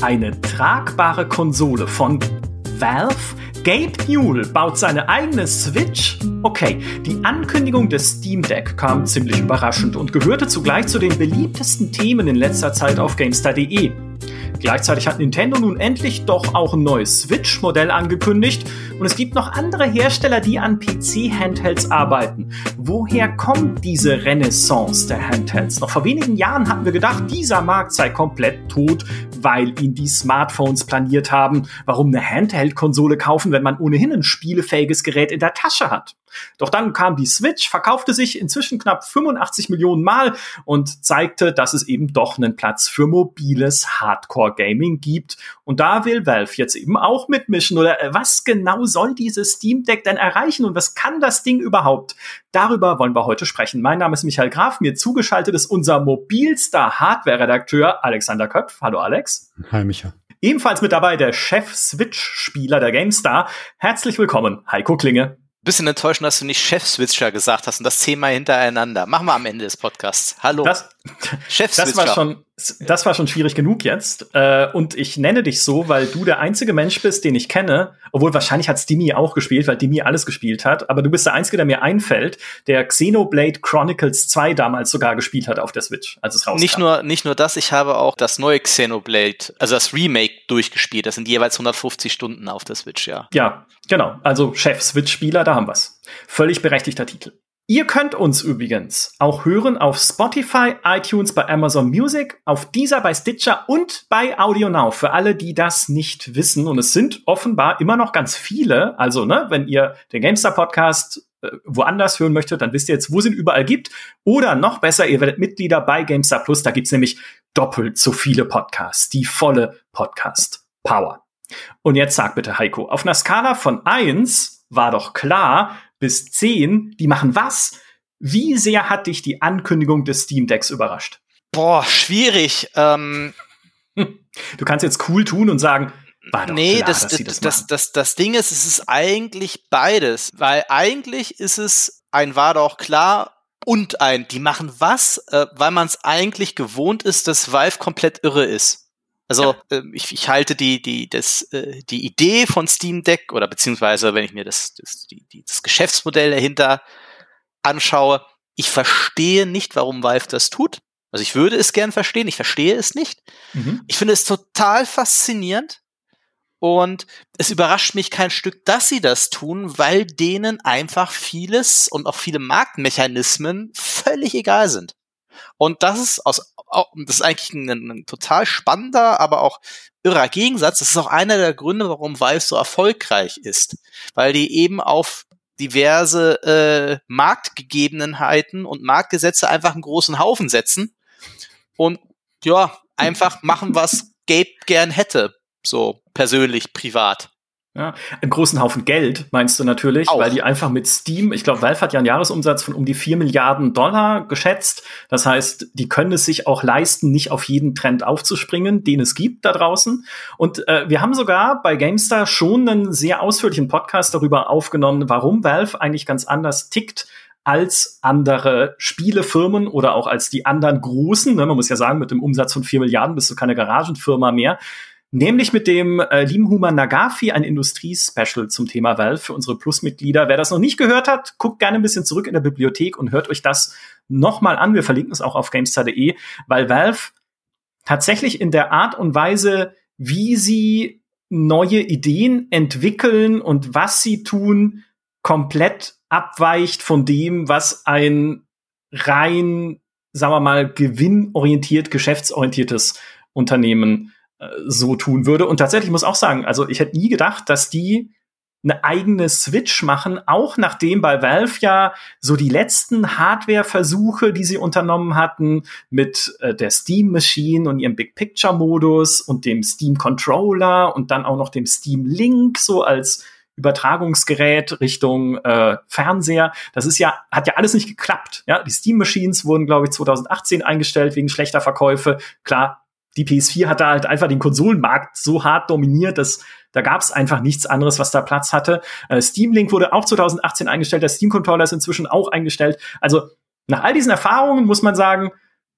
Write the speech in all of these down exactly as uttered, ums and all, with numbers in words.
Eine tragbare Konsole von Valve? Gabe Newell baut seine eigene Switch? Okay, die Ankündigung des Steam Deck kam ziemlich überraschend und gehörte zugleich zu den beliebtesten Themen in letzter Zeit auf GameStar punkt de. Gleichzeitig hat Nintendo nun endlich doch auch ein neues Switch-Modell angekündigt und es gibt noch andere Hersteller, die an P C-Handhelds arbeiten. Woher kommt diese Renaissance der Handhelds? Noch vor wenigen Jahren hatten wir gedacht, dieser Markt sei komplett tot, weil ihn die Smartphones planiert haben. Warum eine Handheld-Konsole kaufen, wenn man ohnehin ein spielefähiges Gerät in der Tasche hat? Doch dann kam die Switch, verkaufte sich inzwischen knapp fünfundachtzig Millionen Mal und zeigte, dass es eben doch einen Platz für mobiles Hardcore-Gaming gibt. Und da will Valve jetzt eben auch mitmischen. Oder was genau soll dieses Steam Deck denn erreichen und was kann das Ding überhaupt? Darüber wollen wir heute sprechen. Mein Name ist Michael Graf, mir zugeschaltet ist unser mobilstar Hardware-Redakteur Alexander Köpf. Hallo Alex. Hi Micha. Ebenfalls mit dabei der Chef-Switch-Spieler der GameStar. Herzlich willkommen, Heiko Klinge. Bisschen enttäuschend, dass du nicht Chef-Switcher gesagt hast und das Thema hintereinander. Machen wir am Ende des Podcasts. Hallo. Das, das war schon, das war schon schwierig genug jetzt. Und ich nenne dich so, weil du der einzige Mensch bist, den ich kenne, obwohl wahrscheinlich hat Dimi auch gespielt, weil Dimi alles gespielt hat, aber du bist der Einzige, der mir einfällt, der Xenoblade Chronicles zwei damals sogar gespielt hat auf der Switch, als es rauskam. Nicht nur, nicht nur das, ich habe auch das neue Xenoblade, also das Remake durchgespielt. Das sind jeweils hundertfünfzig Stunden auf der Switch, ja. Ja, genau. Also Chef-Switch-Spieler, da haben wir's. Völlig berechtigter Titel. Ihr könnt uns übrigens auch hören auf Spotify, iTunes, bei Amazon Music, auf Deezer, bei Stitcher und bei AudioNow. Für alle, die das nicht wissen. Und es sind offenbar immer noch ganz viele. Also, ne, wenn ihr den GameStar-Podcast äh, woanders hören möchtet, dann wisst ihr jetzt, wo es ihn überall gibt. Oder noch besser, ihr werdet Mitglieder bei GameStar Plus. Da gibt's nämlich doppelt so viele Podcasts. Die volle Podcast-Power. Und jetzt sag bitte, Heiko, auf einer Skala von eins war doch klar, bis zehn, die machen was? Wie sehr hat dich die Ankündigung des Steam Decks überrascht? Boah, schwierig. Ähm, du kannst jetzt cool tun und sagen, war doch nee, klar, das, dass sie das, das, machen. das, das, das Ding ist, es ist eigentlich beides. Weil eigentlich ist es ein war doch klar und ein, die machen was, äh, weil man es eigentlich gewohnt ist, dass Valve komplett irre ist. Also ja. äh, ich, ich halte die die das äh, die Idee von Steam Deck oder beziehungsweise wenn ich mir das das, die, die, das Geschäftsmodell dahinter anschaue, ich verstehe nicht, warum Valve das tut. Also ich würde es gern verstehen, ich verstehe es nicht. Mhm. Ich finde es total faszinierend und es überrascht mich kein Stück, dass sie das tun, weil denen einfach vieles und auch viele Marktmechanismen völlig egal sind. Und das ist aus das ist eigentlich ein, ein total spannender, aber auch irrer Gegensatz. Das ist auch einer der Gründe, warum Valve so erfolgreich ist. Weil die eben auf diverse äh, Marktgegebenheiten und Marktgesetze einfach einen großen Haufen setzen und ja, einfach machen, was Gabe gern hätte. So persönlich, privat. Ja, einen großen Haufen Geld, meinst du natürlich, auch. Weil die einfach mit Steam, ich glaube, Valve hat ja einen Jahresumsatz von um die vier Milliarden Dollar geschätzt. Das heißt, die können es sich auch leisten, nicht auf jeden Trend aufzuspringen, den es gibt da draußen. Und äh, wir haben sogar bei GameStar schon einen sehr ausführlichen Podcast darüber aufgenommen, warum Valve eigentlich ganz anders tickt als andere Spielefirmen oder auch als die anderen großen. Ne? Man muss ja sagen, mit dem Umsatz von vier Milliarden bist du keine Garagenfirma mehr. Nämlich mit dem äh, lieben Human Nagafi, ein Industrie-Special zum Thema Valve für unsere Plus-Mitglieder. Wer das noch nicht gehört hat, guckt gerne ein bisschen zurück in der Bibliothek und hört euch das nochmal an. Wir verlinken es auch auf GameStar punkt de, weil Valve tatsächlich in der Art und Weise, wie sie neue Ideen entwickeln und was sie tun, komplett abweicht von dem, was ein rein, sagen wir mal, gewinnorientiert, geschäftsorientiertes Unternehmen so tun würde. Und tatsächlich muss auch sagen, also ich hätte nie gedacht, dass die eine eigene Switch machen, auch nachdem bei Valve ja so die letzten Hardware-Versuche, die sie unternommen hatten, mit äh, der Steam Machine und ihrem Big Picture-Modus und dem Steam Controller und dann auch noch dem Steam Link so als Übertragungsgerät Richtung äh, Fernseher. Das ist ja, hat ja alles nicht geklappt. Ja, die Steam Machines wurden, glaube ich, zwanzig achtzehn eingestellt wegen schlechter Verkäufe. Klar, die P S vier hat da halt einfach den Konsolenmarkt so hart dominiert, dass da gab es einfach nichts anderes, was da Platz hatte. Äh, Steam Link wurde auch zwanzig achtzehn eingestellt, der Steam Controller ist inzwischen auch eingestellt. Also nach all diesen Erfahrungen muss man sagen,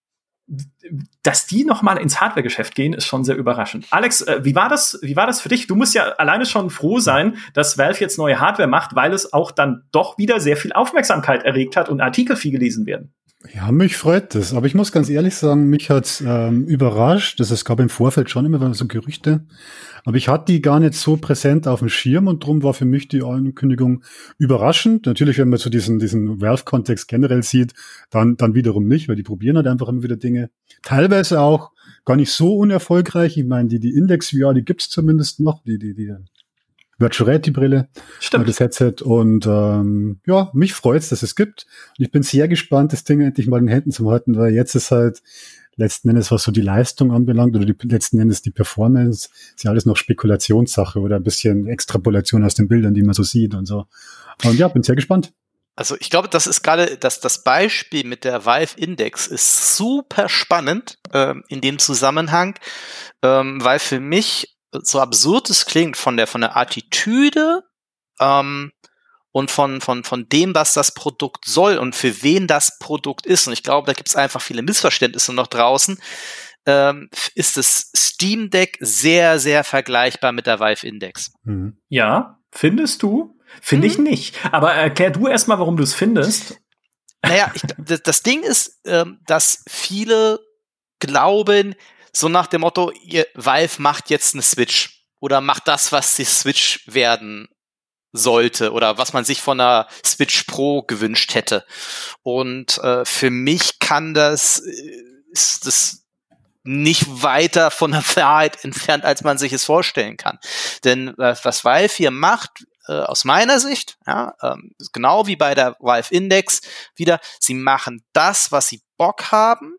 dass die noch mal ins Hardware-Geschäft gehen, ist schon sehr überraschend. Alex, äh, wie war das, wie war das für dich? Du musst ja alleine schon froh sein, dass Valve jetzt neue Hardware macht, weil es auch dann doch wieder sehr viel Aufmerksamkeit erregt hat und Artikel viel gelesen werden. Ja, mich freut das. Aber ich muss ganz ehrlich sagen, mich hat's ähm, überrascht. Das, es gab im Vorfeld schon immer so Gerüchte. Aber ich hatte die gar nicht so präsent auf dem Schirm und drum war für mich die Ankündigung überraschend. Natürlich, wenn man so diesen, diesen Valve-Kontext generell sieht, dann, dann wiederum nicht, weil die probieren halt einfach immer wieder Dinge. Teilweise auch gar nicht so unerfolgreich. Ich meine, die, die Index-V R, die gibt's zumindest noch, die, die, die Virtual Reality Brille, Stimmt. Das Headset und ähm, ja, mich freut's, dass es gibt und ich bin sehr gespannt, das Ding endlich mal in den Händen zu halten, weil jetzt ist halt letzten Endes, was so die Leistung anbelangt oder die letzten Endes die Performance, ist ja alles noch Spekulationssache oder ein bisschen Extrapolation aus den Bildern, die man so sieht und so. Und ja, bin sehr gespannt. Also ich glaube, das ist gerade, dass das Beispiel mit der Valve Index ist super spannend ähm, in dem Zusammenhang, ähm, weil für mich so absurd es klingt von der von der Attitüde ähm, und von von von dem, was das Produkt soll und für wen das Produkt ist. Und ich glaube, da gibt es einfach viele Missverständnisse noch draußen. Ähm, ist das Steam Deck sehr sehr vergleichbar mit der Valve Index? Mhm. Ja, findest du? Finde mhm. ich nicht. Aber erklär du erstmal, warum du es findest. Naja, ich, das Ding ist, ähm, dass viele glauben, so nach dem Motto, ihr, Valve macht jetzt eine Switch oder macht das, was die Switch werden sollte oder was man sich von einer Switch Pro gewünscht hätte. Und äh, für mich kann das, ist das nicht weiter von der Wahrheit entfernt, als man sich es vorstellen kann. Denn äh, was Valve hier macht, äh, aus meiner Sicht, ja, ähm, genau wie bei der Valve Index, wieder, sie machen das, was sie Bock haben,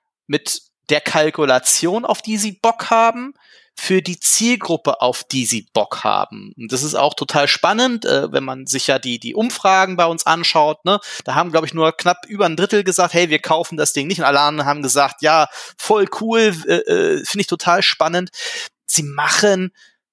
mit der Kalkulation, auf die sie Bock haben, für die Zielgruppe, auf die sie Bock haben. Und das ist auch total spannend, äh, wenn man sich ja die die Umfragen bei uns anschaut. Ne? Da haben, glaube ich, nur knapp über ein Drittel gesagt, hey, wir kaufen das Ding nicht. Und alle anderen haben gesagt, ja, voll cool, äh, äh, finde ich total spannend. Sie machen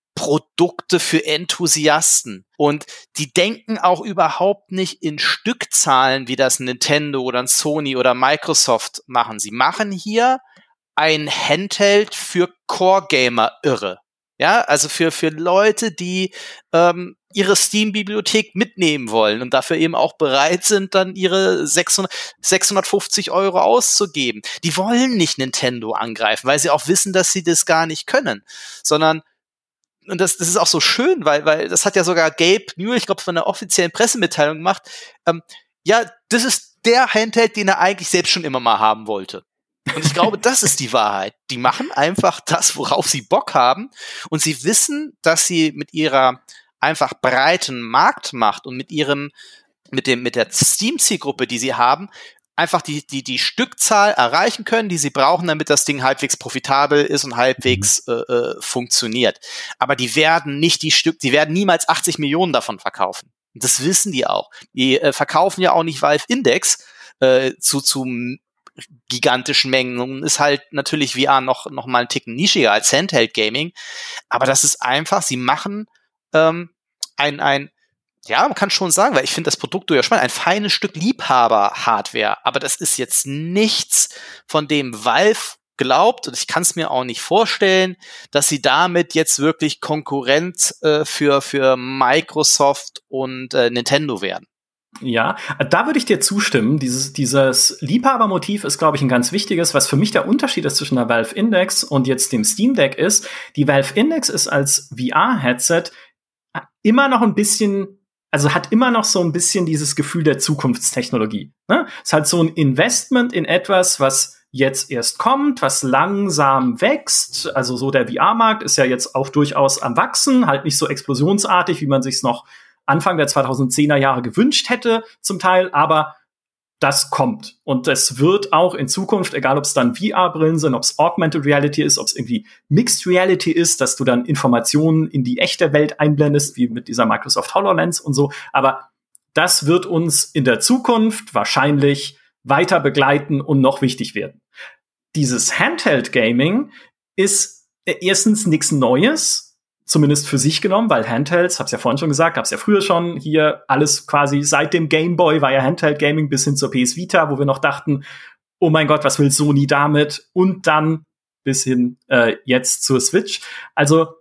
Produkte für Enthusiasten. Und die denken auch überhaupt nicht in Stückzahlen, wie das Nintendo oder ein Sony oder Microsoft machen. Sie machen hier ein Handheld für Core-Gamer-Irre. Ja, also für für Leute, die ähm, ihre Steam-Bibliothek mitnehmen wollen und dafür eben auch bereit sind, dann ihre sechshundert, sechshundertfünfzig Euro auszugeben. Die wollen nicht Nintendo angreifen, weil sie auch wissen, dass sie das gar nicht können, sondern und das, das ist auch so schön, weil, weil das hat ja sogar Gabe Newell, ich glaube, von der offiziellen Pressemitteilung gemacht. Ähm, ja, das ist der Handheld, den er eigentlich selbst schon immer mal haben wollte. Und ich glaube, das ist die Wahrheit. Die machen einfach das, worauf sie Bock haben. Und sie wissen, dass sie mit ihrer einfach breiten Marktmacht und mit ihrem, mit dem, mit der Steam-Zielgruppe, die sie haben, einfach die, die, die Stückzahl erreichen können, die sie brauchen, damit das Ding halbwegs profitabel ist und halbwegs äh, äh, funktioniert. Aber die werden nicht die Stück, die werden niemals achtzig Millionen davon verkaufen. Und das wissen die auch. Die äh, verkaufen ja auch nicht Valve Index äh, zu, zu gigantischen Mengen. Und ist halt natürlich V R noch, noch mal einen Ticken nischiger als Handheld Gaming. Aber das ist einfach, sie machen ähm, ein, ein ja, man kann schon sagen, weil ich finde das Produkt durchaus spannend, ein feines Stück Liebhaber-Hardware, aber das ist jetzt nichts, von dem Valve glaubt, und ich kann es mir auch nicht vorstellen, dass sie damit jetzt wirklich Konkurrent äh, für, für Microsoft und äh, Nintendo werden. Ja, da würde ich dir zustimmen. Dieses, dieses Liebhabermotiv ist, glaube ich, ein ganz wichtiges. Was für mich der Unterschied ist zwischen der Valve Index und jetzt dem Steam Deck ist, die Valve Index ist als V R-Headset immer noch ein bisschen Also hat immer noch so ein bisschen dieses Gefühl der Zukunftstechnologie. Ne? Es ist halt so ein Investment in etwas, was jetzt erst kommt, was langsam wächst. Also so der V R-Markt ist ja jetzt auch durchaus am Wachsen, halt nicht so explosionsartig, wie man sich's noch Anfang der zweitausendzehner Jahre gewünscht hätte zum Teil, aber das kommt. Und es wird auch in Zukunft, egal ob es dann V R-Brillen sind, ob es Augmented Reality ist, ob es irgendwie Mixed Reality ist, dass du dann Informationen in die echte Welt einblendest, wie mit dieser Microsoft HoloLens und so. Aber das wird uns in der Zukunft wahrscheinlich weiter begleiten und noch wichtig werden. Dieses Handheld-Gaming ist erstens nichts Neues, zumindest für sich genommen, weil Handhelds, hab's ja vorhin schon gesagt, gab's ja früher schon hier alles quasi seit dem Game Boy war ja Handheld Gaming bis hin zur P S Vita, wo wir noch dachten, oh mein Gott, was will Sony damit? Und dann bis hin äh, jetzt zur Switch. Also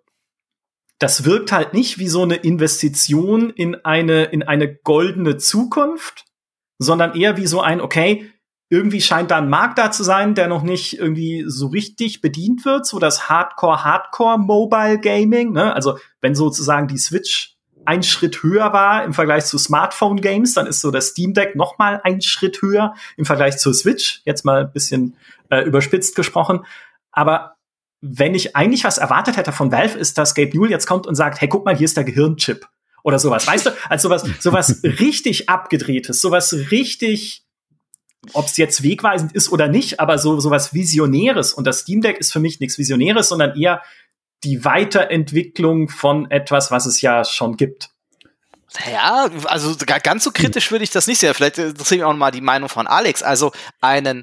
das wirkt halt nicht wie so eine Investition in eine in eine goldene Zukunft, sondern eher wie so ein, okay, irgendwie scheint da ein Markt da zu sein, der noch nicht irgendwie so richtig bedient wird, so das Hardcore-Hardcore-Mobile-Gaming, ne? Also wenn sozusagen die Switch ein Schritt höher war im Vergleich zu Smartphone-Games, dann ist so das Steam Deck noch mal ein Schritt höher im Vergleich zur Switch, jetzt mal ein bisschen äh, überspitzt gesprochen. Aber wenn ich eigentlich was erwartet hätte von Valve, ist, dass Gabe Newell jetzt kommt und sagt, hey, guck mal, hier ist der Gehirnchip oder sowas, weißt du? Also sowas, sowas richtig abgedrehtes, sowas richtig, ob es jetzt wegweisend ist oder nicht, aber so sowas Visionäres. Und das Steam Deck ist für mich nichts Visionäres, sondern eher die Weiterentwicklung von etwas, was es ja schon gibt. Ja, also ganz so kritisch würde ich das nicht sehen. Vielleicht interessiert mich auch noch mal die Meinung von Alex. Also einen,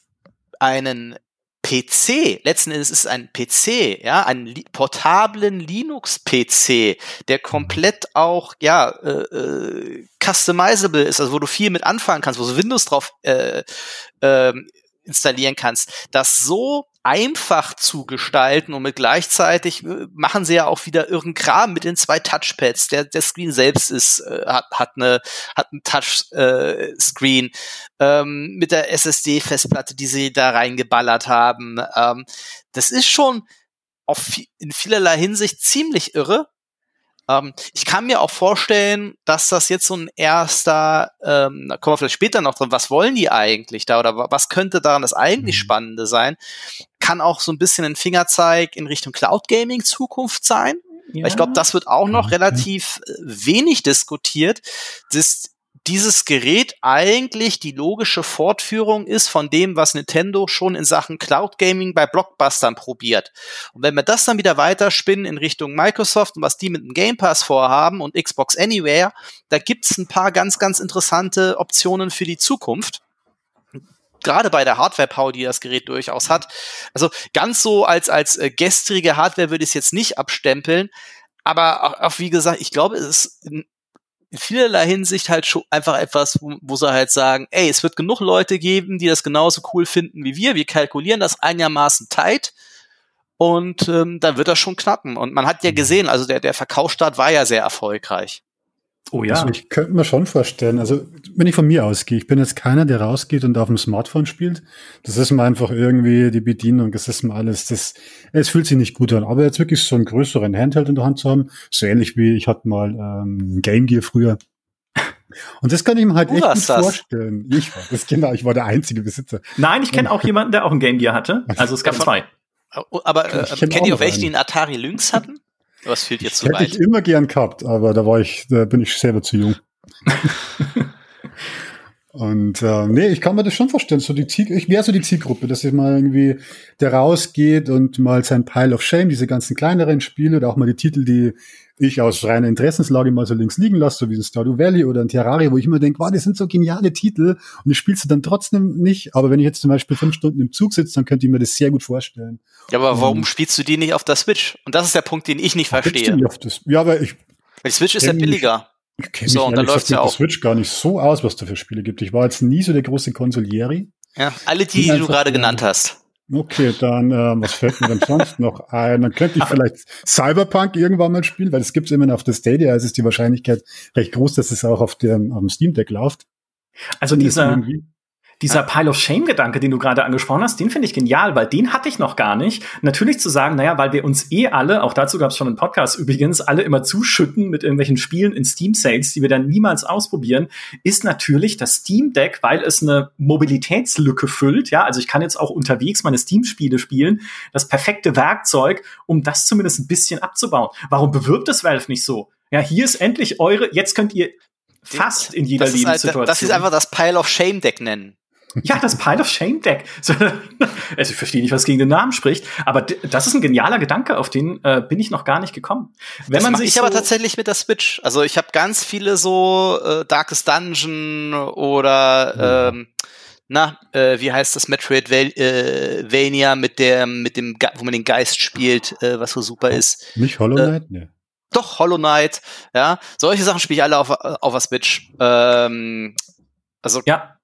einen P C, letzten Endes ist es ein P C, ja, einen li- portablen Linux-P C, der komplett auch, ja, äh, äh, customizable ist, also wo du viel mit anfangen kannst, wo du Windows drauf äh, äh, installieren kannst, das so einfach zu gestalten und mit gleichzeitig äh, machen sie ja auch wieder irgendeinen Kram mit den zwei Touchpads. Der, der Screen selbst ist, äh, hat, hat eine, hat einen Touchscreen, äh, ähm, mit der S S D-Festplatte, die sie da reingeballert haben. Ähm, das ist schon auf, in vielerlei Hinsicht ziemlich irre. Ähm, ich kann mir auch vorstellen, dass das jetzt so ein erster, ähm, da kommen wir vielleicht später noch dran, was wollen die eigentlich da oder was könnte daran das eigentlich Spannende sein? Kann auch so ein bisschen ein Fingerzeig in Richtung Cloud Gaming Zukunft sein. Ja. Weil ich glaube, das wird auch noch relativ wenig diskutiert, dass dieses Gerät eigentlich die logische Fortführung ist von dem, was Nintendo schon in Sachen Cloud Gaming bei Blockbustern probiert. Und wenn wir das dann wieder weiterspinnen in Richtung Microsoft und was die mit dem Game Pass vorhaben und Xbox Anywhere, da gibt's ein paar ganz, ganz interessante Optionen für die Zukunft. Gerade bei der Hardware-Power, die das Gerät durchaus hat. Also ganz so als, als äh, gestrige Hardware würde ich es jetzt nicht abstempeln. Aber auch, auch wie gesagt, ich glaube, es ist in, in vielerlei Hinsicht halt schon einfach etwas, wo, wo sie halt sagen, ey, es wird genug Leute geben, die das genauso cool finden wie wir. Wir kalkulieren das einigermaßen tight. Und ähm, dann wird das schon knappen. Und man hat ja gesehen, also der, der Verkaufsstart war ja sehr erfolgreich. Oh ja. Also ich könnte mir schon vorstellen, also wenn ich von mir ausgehe, ich bin jetzt keiner, der rausgeht und auf dem Smartphone spielt. Das ist mir einfach irgendwie die Bedienung, das ist mir alles, das, es fühlt sich nicht gut an. Aber jetzt wirklich so einen größeren Handheld in der Hand zu haben, so ähnlich wie ich hatte mal ähm, Game Gear früher. Und das kann ich mir halt echt gut das? vorstellen. Ich war das, genau, ich war der einzige Besitzer. Nein, ich kenne auch jemanden, der auch ein Game Gear hatte. Also es gab zwei. Aber äh, kennt ihr auch welche, die einen Atari Lynx hatten? Was fehlt jetzt so weit? Hätte ich immer gern gehabt, aber da war ich, da bin ich selber zu jung. Und äh, nee, ich kann mir das schon vorstellen. So die Ziel, ich wäre so die Zielgruppe, dass ich mal irgendwie der rausgeht und mal sein Pile of Shame, diese ganzen kleineren Spiele oder auch mal die Titel, die ich aus reiner Interessenslage mal so links liegen lasse, so wie ein Stardew Valley oder ein Terraria, wo ich immer denke, wow, das sind so geniale Titel und ich spielst du dann trotzdem nicht. Aber wenn ich jetzt zum Beispiel fünf Stunden im Zug sitze, dann könnte ich mir das sehr gut vorstellen. Ja, aber warum um, spielst du die nicht auf der Switch? Und das ist der Punkt, den ich nicht verstehe. Nicht auf das, ja, aber ich. Die Switch ist ja billiger. Ich kenne so, mich und da läuft's ja auch. Switch gar nicht so aus, was da für Spiele gibt. Ich war jetzt nie so der große Konsolieri. Ja, alle die, die du gerade genannt hast. Okay, dann, ähm, was fällt mir denn sonst noch ein? Dann könnte ich vielleicht Cyberpunk irgendwann mal spielen, weil das gibt's immer noch auf der Stadia, also ist die Wahrscheinlichkeit recht groß, dass es auch auf dem, auf dem Steam Deck läuft. Also dieser, dieser Pile of Shame-Gedanke, den du gerade angesprochen hast, den finde ich genial, weil den hatte ich noch gar nicht. Natürlich zu sagen, naja, weil wir uns eh alle, auch dazu gab es schon einen Podcast übrigens, alle immer zuschütten mit irgendwelchen Spielen in Steam-Sales, die wir dann niemals ausprobieren, ist natürlich das Steam Deck, weil es eine Mobilitätslücke füllt. Ja, also ich kann jetzt auch unterwegs meine Steam-Spiele spielen, das perfekte Werkzeug, um das zumindest ein bisschen abzubauen. Warum bewirbt es Valve nicht so? Ja, hier ist endlich eure, jetzt könnt ihr fast in jeder Lebenssituation. Halt, das ist einfach das Pile of Shame Deck nennen. Ja, das Pile of Shame Deck. Also ich verstehe nicht, was gegen den Namen spricht, aber d- das ist ein genialer Gedanke, auf den äh, bin ich noch gar nicht gekommen. Wenn das man mache sich ich so aber tatsächlich mit der Switch. Also ich habe ganz viele so äh, Darkest Dungeon oder mhm. ähm, na, äh, wie heißt das Metroidvania äh, mit dem mit dem Ge- wo man den Geist spielt, äh, was so super ist. Nicht Hollow Knight, äh, ne. Doch Hollow Knight, ja. Solche Sachen spiele ich alle auf auf der Switch. Ähm, also ja.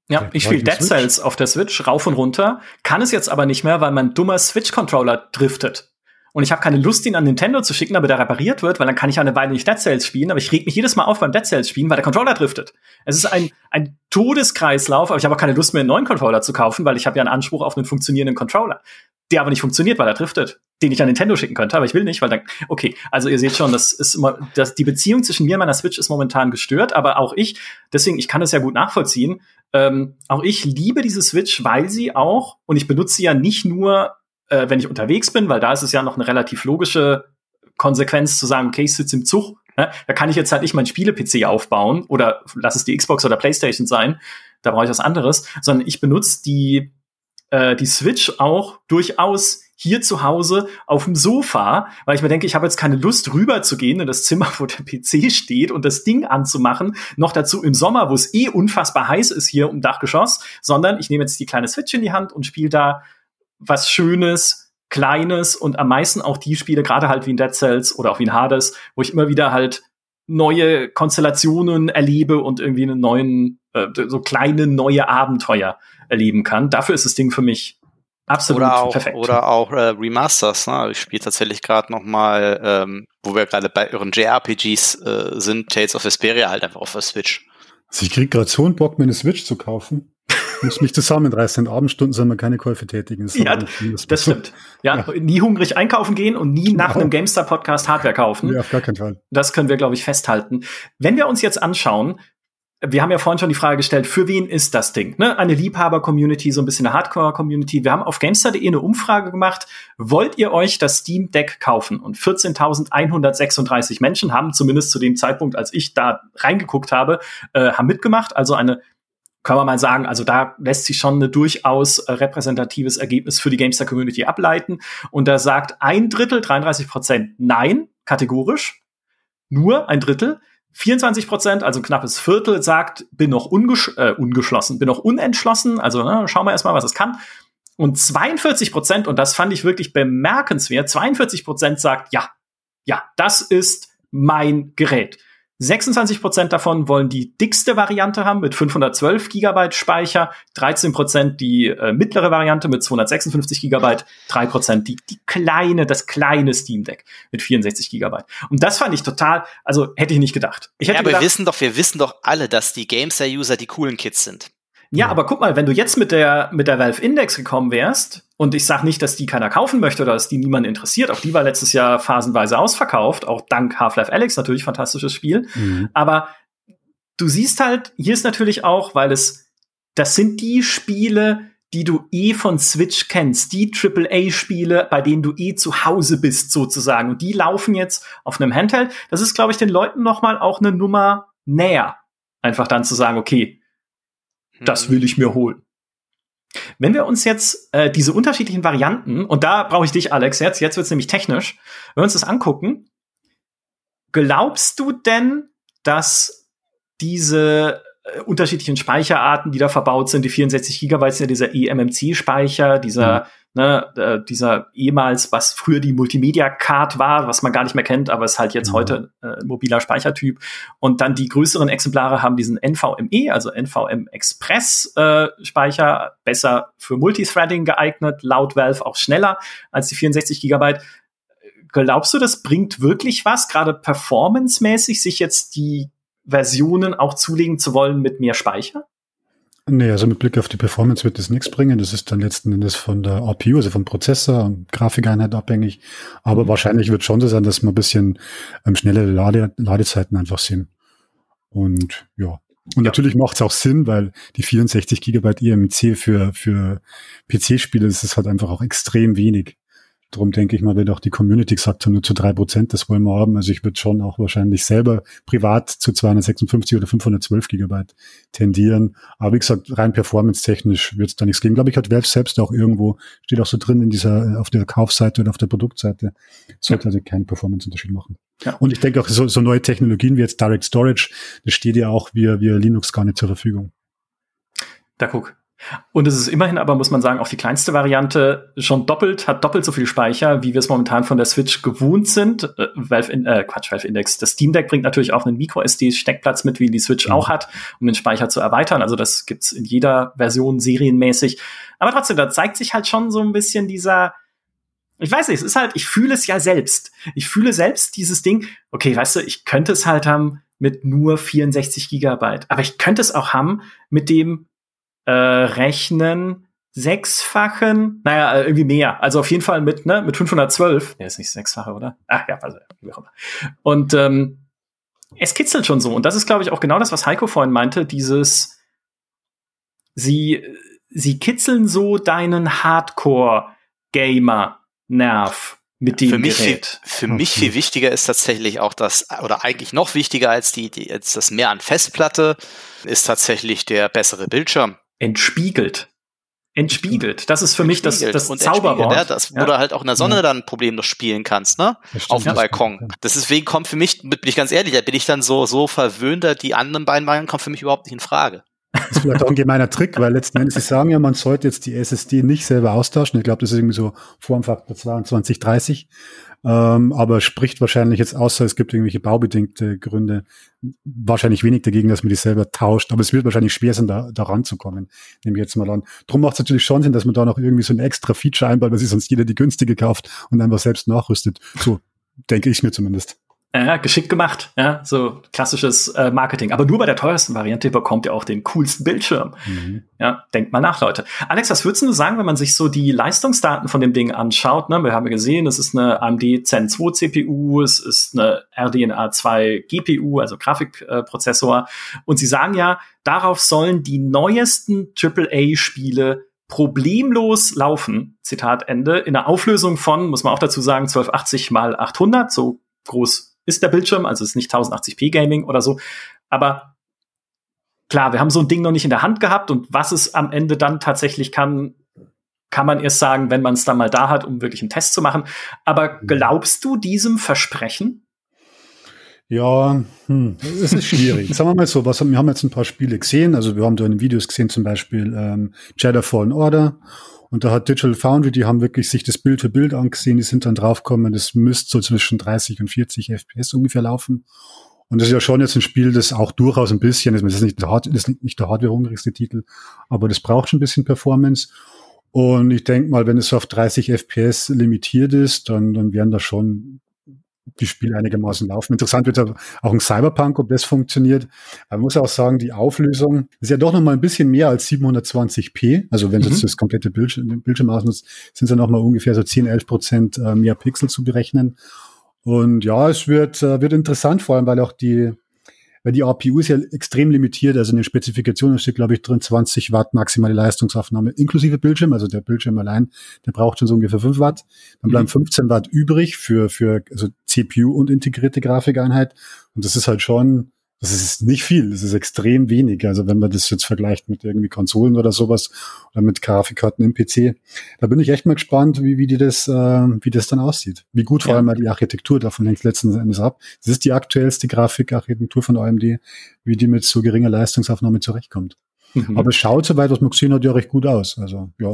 Ja, ich spiele Dead Cells auf der Switch rauf und runter, kann es jetzt aber nicht mehr, weil mein dummer Switch-Controller driftet. Und ich habe keine Lust, ihn an Nintendo zu schicken, aber der repariert wird, weil dann kann ich eine Weile nicht Dead Cells spielen. Aber ich reg mich jedes Mal auf beim Dead Cells spielen, weil der Controller driftet. Es ist ein, ein Todeskreislauf, aber ich habe auch keine Lust mehr, einen neuen Controller zu kaufen, weil ich habe ja einen Anspruch auf einen funktionierenden Controller. Der aber nicht funktioniert, weil er driftet. Den ich an Nintendo schicken könnte, aber ich will nicht, weil dann, okay, also ihr seht schon, das ist immer, das, die Beziehung zwischen mir und meiner Switch ist momentan gestört, aber auch ich, deswegen, ich kann das ja gut nachvollziehen, ähm, auch ich liebe diese Switch, weil sie auch, und ich benutze sie ja nicht nur, äh, wenn ich unterwegs bin, weil da ist es ja noch eine relativ logische Konsequenz zu sagen, okay, ich sitze im Zug, ne? Da kann ich jetzt halt nicht meinen Spiele-P C aufbauen oder lass es die Xbox oder PlayStation sein, da brauche ich was anderes, sondern ich benutze die, äh, die Switch auch durchaus hier zu Hause auf dem Sofa, weil ich mir denke, ich habe jetzt keine Lust, rüber zu gehen in das Zimmer, wo der P C steht und das Ding anzumachen, noch dazu im Sommer, wo es eh unfassbar heiß ist hier im Dachgeschoss, sondern ich nehme jetzt die kleine Switch in die Hand und spiele da was Schönes, Kleines und am meisten auch die Spiele, gerade halt wie in Dead Cells oder auch wie in Hades, wo ich immer wieder halt neue Konstellationen erlebe und irgendwie einen neuen, äh, so kleine neue Abenteuer erleben kann. Dafür ist das Ding für mich absolut oder auch, perfekt. Oder auch äh, Remasters. Ne? Ich spiele tatsächlich gerade noch mal, ähm, wo wir gerade bei euren J R P Gs äh, sind, Tales of Vesperia halt einfach auf der Switch. Also ich krieg gerade so einen Bock, mir eine Switch zu kaufen. Ich muss mich zusammenreißen. In Abendstunden sollen wir keine Käufe tätigen. Das, ja, das, das stimmt. Ja, ja, nie hungrig einkaufen gehen und nie nach genau. einem GameStar-Podcast Hardware kaufen. Ja, auf gar keinen Fall. Das können wir, glaube ich, festhalten. Wenn wir uns jetzt anschauen, wir haben ja vorhin schon die Frage gestellt, für wen ist das Ding? Ne? Eine Liebhaber-Community, so ein bisschen eine Hardcore-Community. Wir haben auf GameStar punkt de eine Umfrage gemacht. Wollt ihr euch das Steam Deck kaufen? Und vierzehntausendeinhundertsechsunddreißig Menschen haben zumindest zu dem Zeitpunkt, als ich da reingeguckt habe, äh, haben mitgemacht. Also eine, können wir mal sagen, also da lässt sich schon eine durchaus äh, repräsentatives Ergebnis für die GameStar-Community ableiten. Und da sagt ein Drittel, dreiunddreißig Prozent nein, kategorisch. Nur ein Drittel. vierundzwanzig Prozent, also knappes Viertel, sagt, bin noch ungesch- äh, ungeschlossen, bin noch unentschlossen, also ne, schauen wir erstmal, was es kann. Und zweiundvierzig Prozent, und das fand ich wirklich bemerkenswert, zweiundvierzig Prozent sagt, ja, ja, das ist mein Gerät. sechsundzwanzig Prozent davon wollen die dickste Variante haben mit fünfhundertzwölf Gigabyte Speicher, dreizehn Prozent die äh, mittlere Variante mit zweihundertsechsundfünfzig Gigabyte, drei Prozent die, die kleine, das kleine Steam Deck mit vierundsechzig Gigabyte. Und das fand ich total, also hätte ich nicht gedacht. Ich hätte ja, aber gedacht, wir wissen doch, wir wissen doch alle, dass die GameStar-User die coolen Kids sind. Ja, ja, aber guck mal, wenn du jetzt mit der mit der Valve Index gekommen wärst, und ich sag nicht, dass die keiner kaufen möchte oder dass die niemanden interessiert, auch die war letztes Jahr phasenweise ausverkauft, auch dank Half-Life Alyx, natürlich fantastisches Spiel, mhm. aber du siehst halt, hier ist natürlich auch, weil es, das sind die Spiele, die du eh von Switch kennst, die Triple A Spiele, bei denen du eh zu Hause bist sozusagen, und die laufen jetzt auf einem Handheld. Das ist, glaube ich, den Leuten noch mal auch eine Nummer näher, einfach dann zu sagen, okay, das will ich mir holen. Wenn wir uns jetzt äh, diese unterschiedlichen Varianten, und da brauche ich dich, Alex, jetzt, jetzt wird's nämlich technisch, wenn wir uns das angucken, glaubst du denn, dass diese äh, unterschiedlichen Speicherarten, die da verbaut sind, die vierundsechzig Gigabyte sind ja dieser E M M C-Speicher, dieser, mhm. ne, äh, dieser ehemals, was früher die Multimedia-Card war, was man gar nicht mehr kennt, aber ist halt jetzt mhm. heute äh, mobiler Speichertyp. Und dann die größeren Exemplare haben diesen N V M E, also N V M Express-Speicher, äh, besser für Multithreading geeignet, laut Valve auch schneller als die vierundsechzig Gigabyte. Glaubst du, das bringt wirklich was, gerade performancemäßig, sich jetzt die Versionen auch zulegen zu wollen mit mehr Speicher? Nee, also mit Blick auf die Performance wird das nichts bringen. Das ist dann letzten Endes von der A P U, also vom Prozessor und Grafikeinheit abhängig. Aber mhm. wahrscheinlich wird schon so sein, dass wir ein bisschen ähm, schnellere Lade- Ladezeiten einfach sehen. Und ja. Und ja. natürlich macht es auch Sinn, weil die vierundsechzig Gigabyte E M M C für, für P C-Spiele, das ist halt einfach auch extrem wenig. Darum denke ich mal, wird auch die Community gesagt haben, nur zu drei Prozent, das wollen wir haben. Also ich würde schon auch wahrscheinlich selber privat zu zweihundertsechsundfünfzig oder fünfhundertzwölf Gigabyte tendieren. Aber wie gesagt, rein performance-technisch wird es da nichts geben. Glaube ich, hat Valve selbst auch irgendwo, steht auch so drin in dieser, auf der Kaufseite oder auf der Produktseite, sollte ja. also keinen Performance-Unterschied machen. Ja. Und ich denke auch, so, so neue Technologien wie jetzt Direct Storage, das steht ja auch via, via Linux gar nicht zur Verfügung. Da guck. Und es ist immerhin aber, muss man sagen, auch die kleinste Variante schon doppelt, hat doppelt so viel Speicher, wie wir es momentan von der Switch gewohnt sind. Äh, Valve, in, äh, Quatsch, Valve Index. Das Steam Deck bringt natürlich auch einen Micro-S D-Steckplatz mit, wie die Switch mhm. auch hat, um den Speicher zu erweitern. Also das gibt's in jeder Version serienmäßig. Aber trotzdem, da zeigt sich halt schon so ein bisschen dieser, ich weiß nicht, es ist halt, ich fühle es ja selbst. Ich fühle selbst dieses Ding, okay, weißt du, ich könnte es halt haben mit nur vierundsechzig Gigabyte. Aber ich könnte es auch haben mit dem Äh, rechnen sechsfachen, naja, irgendwie mehr. Also auf jeden Fall mit, ne, mit fünfhundertzwölf. Der ist nicht sechsfache, oder? Ach ja, also, wie auch immer. Und ähm, es kitzelt schon so. Und das ist, glaube ich, auch genau das, was Heiko vorhin meinte, dieses sie, sie kitzeln so deinen Hardcore-Gamer-Nerv mit dem für mich Gerät. Viel, für okay. mich viel wichtiger ist tatsächlich auch das, oder eigentlich noch wichtiger als die, die als das Mehr an Festplatte, ist tatsächlich der bessere Bildschirm. Entspiegelt. Entspiegelt. Das ist für mich das, das Zauberwort. Ja, das, wo ja. du halt auch in der Sonne ja. dann problemlos spielen kannst, ne? Auf dem Balkon. Ja. Deswegen kommt für mich, bin ich ganz ehrlich, da bin ich dann so, so verwöhnt, die anderen beiden Varianten kommen für mich überhaupt nicht in Frage. Das ist vielleicht auch ein gemeiner Trick, weil letzten Endes, sie sagen ja, man sollte jetzt die S S D nicht selber austauschen. Ich glaube, das ist irgendwie so Formfaktor zweiundzwanzig, dreißig. Ähm, aber spricht wahrscheinlich jetzt, außer es gibt irgendwelche baubedingte Gründe, wahrscheinlich wenig dagegen, dass man die selber tauscht. Aber es wird wahrscheinlich schwer sein, da, da ranzukommen, nehme ich jetzt mal an. Drum macht es natürlich schon Sinn, dass man da noch irgendwie so ein extra Feature einbaut, weil sich sonst jeder die günstige kauft und einfach selbst nachrüstet. So denke ich mir zumindest. Ja, geschickt gemacht, ja, so klassisches äh, Marketing. Aber nur bei der teuersten Variante bekommt ihr auch den coolsten Bildschirm. Mhm. Ja, denkt mal nach, Leute. Alex, was würdest du sagen, wenn man sich so die Leistungsdaten von dem Ding anschaut? Ne? Wir haben ja gesehen, es ist eine A M D Zen zwei C P U, es ist eine R D N A zwei G P U, also Grafikprozessor. Äh, und sie sagen ja, darauf sollen die neuesten Triple A-Spiele problemlos laufen, Zitat Ende, in einer Auflösung von, muss man auch dazu sagen, zwölf achtzig mal achthundert, so groß ist der Bildschirm, also es ist nicht tausendachtzig p Gaming oder so, aber klar, wir haben so ein Ding noch nicht in der Hand gehabt und was es am Ende dann tatsächlich kann, kann man erst sagen, wenn man es dann mal da hat, um wirklich einen Test zu machen. Aber glaubst du diesem Versprechen? Ja, hm, es ist schwierig. Sagen wir mal so, was, wir haben jetzt ein paar Spiele gesehen, also wir haben da in den Videos gesehen, zum Beispiel ähm, Jedi Fallen Order. Und da hat Digital Foundry, die haben wirklich sich das Bild für Bild angesehen, die sind dann draufgekommen, das müsste so zwischen dreißig und vierzig F P S ungefähr laufen. Und das ist ja schon jetzt ein Spiel, das auch durchaus ein bisschen, das ist nicht der, Hard, das ist nicht der hardware-hungrigste Titel, aber das braucht schon ein bisschen Performance. Und ich denke mal, wenn es auf dreißig F P S limitiert ist, dann, dann werden da schon die Spiele einigermaßen laufen. Interessant wird auch ein Cyberpunk, ob das funktioniert. Man muss auch sagen, die Auflösung ist ja doch noch mal ein bisschen mehr als siebenhundertzwanzig p. Also wenn mhm. jetzt das komplette Bildschirm, Bildschirm ausnutzt, sind es ja noch mal ungefähr so zehn, elf Prozent mehr Pixel zu berechnen. Und ja, es wird, wird interessant, vor allem, weil auch die, weil die A P U ist ja extrem limitiert. Also in den Spezifikationen steht, glaube ich, drin zwanzig Watt maximale Leistungsaufnahme inklusive Bildschirm. Also der Bildschirm allein, der braucht schon so ungefähr fünf Watt. Dann bleiben mhm. fünfzehn Watt übrig für, für, also C P U und integrierte Grafikeinheit. Und das ist halt schon, das ist nicht viel. Das ist extrem wenig. Also wenn man das jetzt vergleicht mit irgendwie Konsolen oder sowas oder mit Grafikkarten im P C, da bin ich echt mal gespannt, wie, wie die das, äh, wie das dann aussieht. Wie gut vor ja. allem mal die Architektur davon hängt letzten Endes ab. Das ist die aktuellste Grafikarchitektur von A M D, wie die mit so geringer Leistungsaufnahme zurechtkommt. Mhm. Aber es schaut soweit, was man gesehen hat, ja recht gut aus. Also, ja.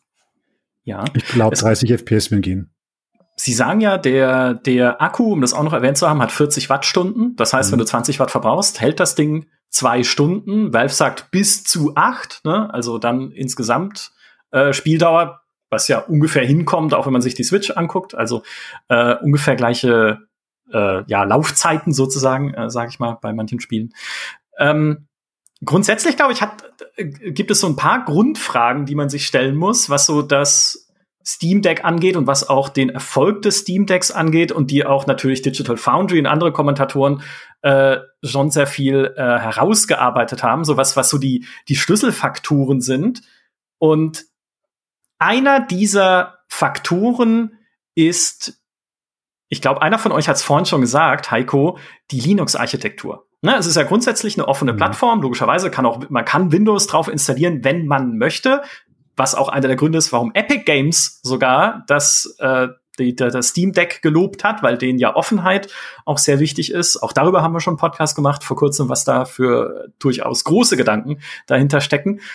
Ja. Ich glaube, dreißig F P S werden gehen. Sie sagen ja, der, der Akku, um das auch noch erwähnt zu haben, hat vierzig Wattstunden. Das heißt, mhm. wenn du zwanzig Watt verbrauchst, hält das Ding zwei Stunden. Valve sagt bis zu acht, ne? Also dann insgesamt äh, Spieldauer, was ja ungefähr hinkommt, auch wenn man sich die Switch anguckt. Also äh, ungefähr gleiche äh, ja, Laufzeiten sozusagen, äh, sage ich mal, bei manchen Spielen. Ähm, grundsätzlich, glaube ich, hat, äh, gibt es so ein paar Grundfragen, die man sich stellen muss, was so das Steam Deck angeht und was auch den Erfolg des Steam Decks angeht und die auch natürlich Digital Foundry und andere Kommentatoren äh, schon sehr viel äh, herausgearbeitet haben, so was, was so die, die Schlüsselfaktoren sind. Und einer dieser Faktoren ist, ich glaube, einer von euch hat es vorhin schon gesagt, Heiko, die Linux-Architektur. Ne, es ist ja grundsätzlich eine offene mhm. Plattform, logischerweise kann auch, man kann Windows drauf installieren, wenn man möchte. Was auch einer der Gründe ist, warum Epic Games sogar das, äh, die, das Steam Deck gelobt hat, weil denen ja Offenheit auch sehr wichtig ist. Auch darüber haben wir schon einen Podcast gemacht vor kurzem, was da für durchaus große Gedanken dahinter stecken.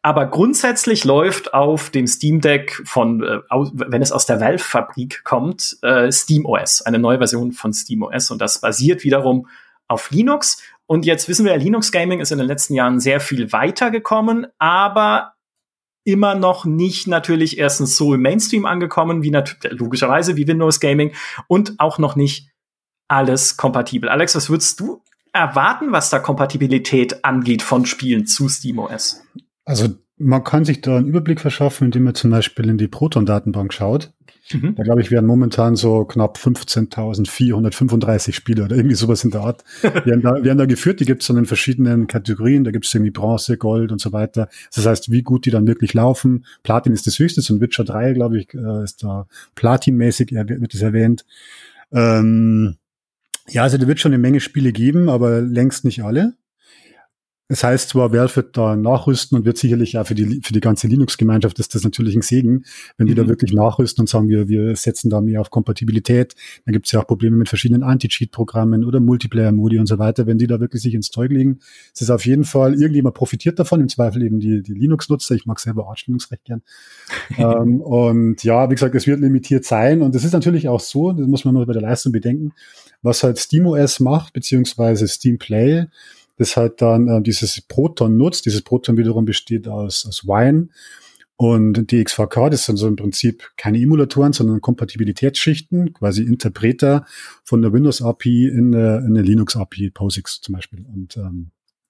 Aber grundsätzlich läuft auf dem Steam Deck von, äh, wenn es aus der Valve-Fabrik kommt, äh, SteamOS, eine neue Version von SteamOS. Und das basiert wiederum auf Linux. Und jetzt wissen wir, Linux Gaming ist in den letzten Jahren sehr viel weitergekommen, aber immer noch nicht natürlich erstens so im Mainstream angekommen, wie nat- logischerweise wie Windows Gaming und auch noch nicht alles kompatibel. Alex, was würdest du erwarten, was da Kompatibilität angeht von Spielen zu SteamOS? Also man kann sich da einen Überblick verschaffen, indem man zum Beispiel in die Proton-Datenbank schaut. Mhm. Da, glaube ich, werden momentan so knapp fünfzehntausendvierhundertfünfunddreißig Spiele oder irgendwie sowas in der Art. werden, da, werden da geführt, die gibt es dann in verschiedenen Kategorien. Da gibt es irgendwie Bronze, Gold und so weiter. Das heißt, wie gut die dann wirklich laufen. Platin ist das höchste, so ein Witcher drei, glaube ich, ist da platinmäßig, wird das erwähnt. Ähm, ja, also da wird schon eine Menge Spiele geben, aber längst nicht alle. Das heißt zwar, Valve wird da nachrüsten und wird sicherlich auch für die, für die ganze Linux-Gemeinschaft ist das natürlich ein Segen, wenn die mhm. da wirklich nachrüsten und sagen, wir, wir setzen da mehr auf Kompatibilität. Dann gibt es ja auch Probleme mit verschiedenen Anti-Cheat-Programmen oder Multiplayer-Modi und so weiter. Wenn die da wirklich sich ins Zeug legen, ist es auf jeden Fall, irgendjemand profitiert davon, im Zweifel eben die, die Linux-Nutzer. Ich mag selber Arch Linux recht gern. ähm, und ja, wie gesagt, es wird limitiert sein. Und das ist natürlich auch so, das muss man nur bei der Leistung bedenken, was halt SteamOS macht, beziehungsweise Steam Play, das halt dann äh, dieses Proton nutzt. Dieses Proton wiederum besteht aus, aus Wine und D X V K. Das sind so im Prinzip keine Emulatoren, sondern Kompatibilitätsschichten, quasi Interpreter von der Windows-A P I in eine, in eine Linux-A P I, POSIX zum Beispiel. Und, ähm,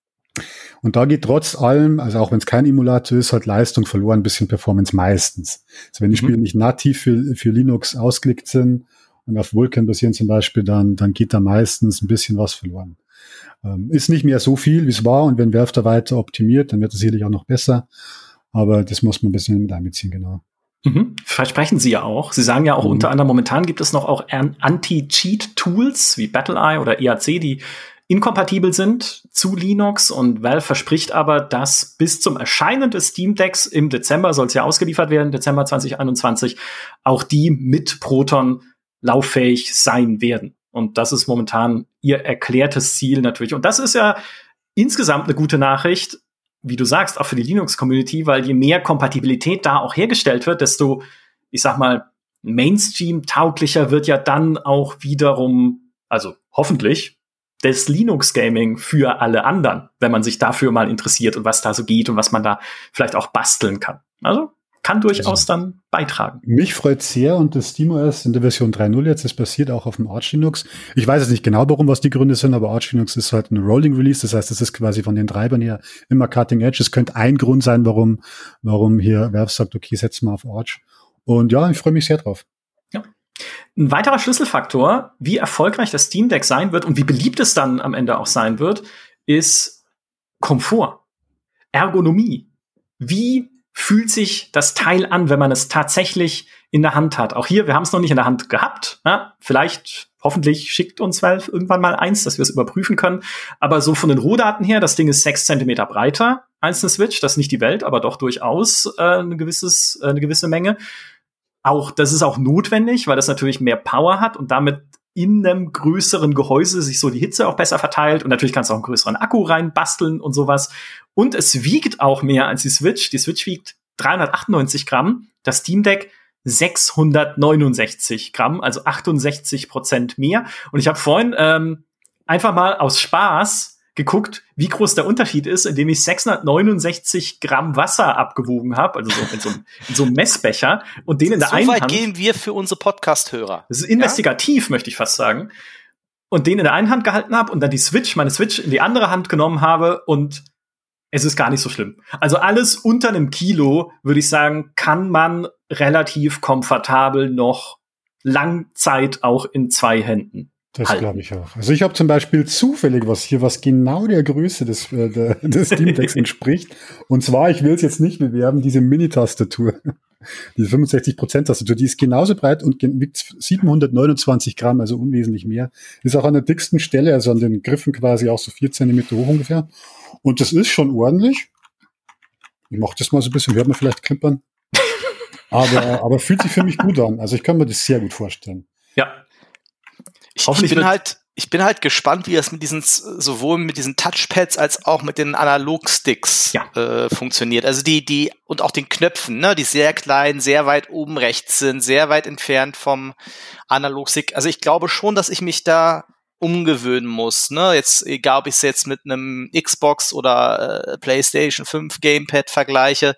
und da geht trotz allem, also auch wenn es kein Emulator ist, halt Leistung verloren, ein bisschen Performance meistens. Also wenn die Spiele nicht nativ für, für Linux ausgelegt sind und auf Vulkan basieren zum Beispiel, dann, dann geht da meistens ein bisschen was verloren. Ähm, ist nicht mehr so viel, wie es war, und wenn Valve da weiter optimiert, dann wird es sicherlich auch noch besser, aber das muss man ein bisschen mit einbeziehen, genau. Mhm. Versprechen Sie ja auch. Sie sagen ja auch mhm. unter anderem, momentan gibt es noch auch Anti-Cheat-Tools wie BattleEye oder E A C, die inkompatibel sind zu Linux, und Valve verspricht aber, dass bis zum Erscheinen des Steam Decks im Dezember, soll es ja ausgeliefert werden, Dezember zwanzig einundzwanzig, auch die mit Proton lauffähig sein werden. Und das ist momentan ihr erklärtes Ziel natürlich. Und das ist ja insgesamt eine gute Nachricht, wie du sagst, auch für die Linux-Community, weil je mehr Kompatibilität da auch hergestellt wird, desto, ich sag mal, Mainstream-tauglicher wird ja dann auch wiederum, also hoffentlich, das Linux-Gaming für alle anderen, wenn man sich dafür mal interessiert und was da so geht und was man da vielleicht auch basteln kann. Also kann durchaus also, dann beitragen. Mich freut sehr, und das SteamOS in der Version drei Punkt null jetzt, das basiert auch auf dem Arch Linux. Ich weiß jetzt nicht genau, warum, was die Gründe sind, aber Arch Linux ist halt ein Rolling Release, das heißt, das ist quasi von den Treibern her immer Cutting Edge. Es könnte ein Grund sein, warum, warum hier Valve sagt, okay, setzen wir auf Arch. Und ja, ich freue mich sehr drauf. Ja. Ein weiterer Schlüsselfaktor, wie erfolgreich das Steam Deck sein wird und wie beliebt es dann am Ende auch sein wird, ist Komfort, Ergonomie. Wie fühlt sich das Teil an, wenn man es tatsächlich in der Hand hat? Auch hier, wir haben es noch nicht in der Hand gehabt. Ja? Vielleicht, hoffentlich schickt uns Valve irgendwann mal eins, dass wir es überprüfen können. Aber so von den Rohdaten her, das Ding ist sechs Zentimeter breiter als eine Switch. Das ist nicht die Welt, aber doch durchaus äh, eine, gewisses, äh, eine gewisse Menge. Auch, das ist auch notwendig, weil das natürlich mehr Power hat und damit in einem größeren Gehäuse sich so die Hitze auch besser verteilt. Und natürlich kannst du auch einen größeren Akku reinbasteln und sowas. Und es wiegt auch mehr als die Switch. Die Switch wiegt dreihundertachtundneunzig Gramm, das Steam Deck sechshundertneunundsechzig Gramm, also achtundsechzig Prozent mehr. Und ich habe vorhin ähm, einfach mal aus Spaß geguckt, wie groß der Unterschied ist, indem ich sechshundertneunundsechzig Gramm Wasser abgewogen habe, also so in so, in so einem Messbecher, und den in der so einen Hand. So weit gehen wir für unsere Podcast-Hörer. Das ist investigativ, ja? Möchte ich fast sagen. Und den in der einen Hand gehalten habe und dann die Switch, meine Switch in die andere Hand genommen habe, und es ist gar nicht so schlimm. Also alles unter einem Kilo, würde ich sagen, kann man relativ komfortabel noch Langzeit auch in zwei Händen. Das glaube ich auch. Also ich habe zum Beispiel zufällig was hier, was genau der Größe des, äh, der, des Steam Decks entspricht. Und zwar, ich will es jetzt nicht bewerben, diese Mini-Tastatur. Diese fünfundsechzig Prozent Tastatur, die ist genauso breit und wiegt siebenhundertneunundzwanzig Gramm, also unwesentlich mehr. Ist auch an der dicksten Stelle, also an den Griffen quasi auch so vier Zentimeter hoch ungefähr. Und das ist schon ordentlich. Ich mache das mal so ein bisschen, hört man vielleicht klimpern. Aber, aber fühlt sich für mich gut an. Also ich kann mir das sehr gut vorstellen. Ja. Ich, ich bin halt ich bin halt gespannt, wie das mit diesen, sowohl mit diesen Touchpads als auch mit den Analogsticks ja. äh, funktioniert. Also die, die, und auch den Knöpfen, ne, die sehr klein, sehr weit oben rechts sind, sehr weit entfernt vom Analogstick. Also ich glaube schon, dass ich mich da umgewöhnen muss, ne, jetzt, egal ob ich es jetzt mit einem Xbox oder äh, PlayStation fünf Gamepad vergleiche,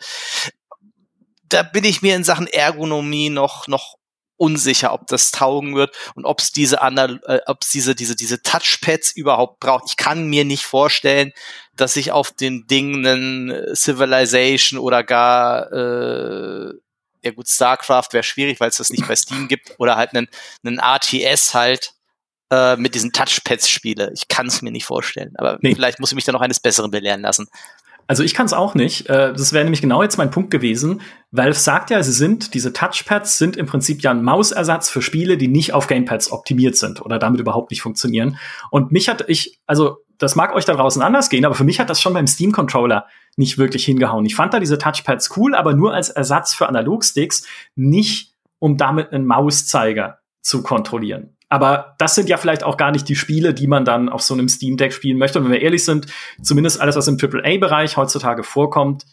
da bin ich mir in Sachen Ergonomie noch, noch unsicher, ob das taugen wird und ob es diese Anal- äh, ob es diese diese diese Touchpads überhaupt braucht. Ich kann mir nicht vorstellen, dass ich auf den Dingen einen Civilization oder gar äh, ja gut, StarCraft wäre schwierig, weil es das nicht bei Steam gibt, oder halt einen einen R T S halt äh, mit diesen Touchpads spiele. Ich kann es mir nicht vorstellen, aber nee. Vielleicht muss ich mich da noch eines Besseren belehren lassen. Also ich kann es auch nicht. Das wäre nämlich genau jetzt mein Punkt gewesen. Valve sagt ja, sie sind, diese Touchpads sind im Prinzip ja ein Mausersatz für Spiele, die nicht auf Gamepads optimiert sind oder damit überhaupt nicht funktionieren. Und mich hat ich, also das mag euch da draußen anders gehen, aber für mich hat das schon beim Steam-Controller nicht wirklich hingehauen. Ich fand da diese Touchpads cool, aber nur als Ersatz für Analogsticks, nicht um damit einen Mauszeiger zu kontrollieren. Aber das sind ja vielleicht auch gar nicht die Spiele, die man dann auf so einem Steam Deck spielen möchte. Und wenn wir ehrlich sind, zumindest alles, was im Triple A Bereich heutzutage vorkommt,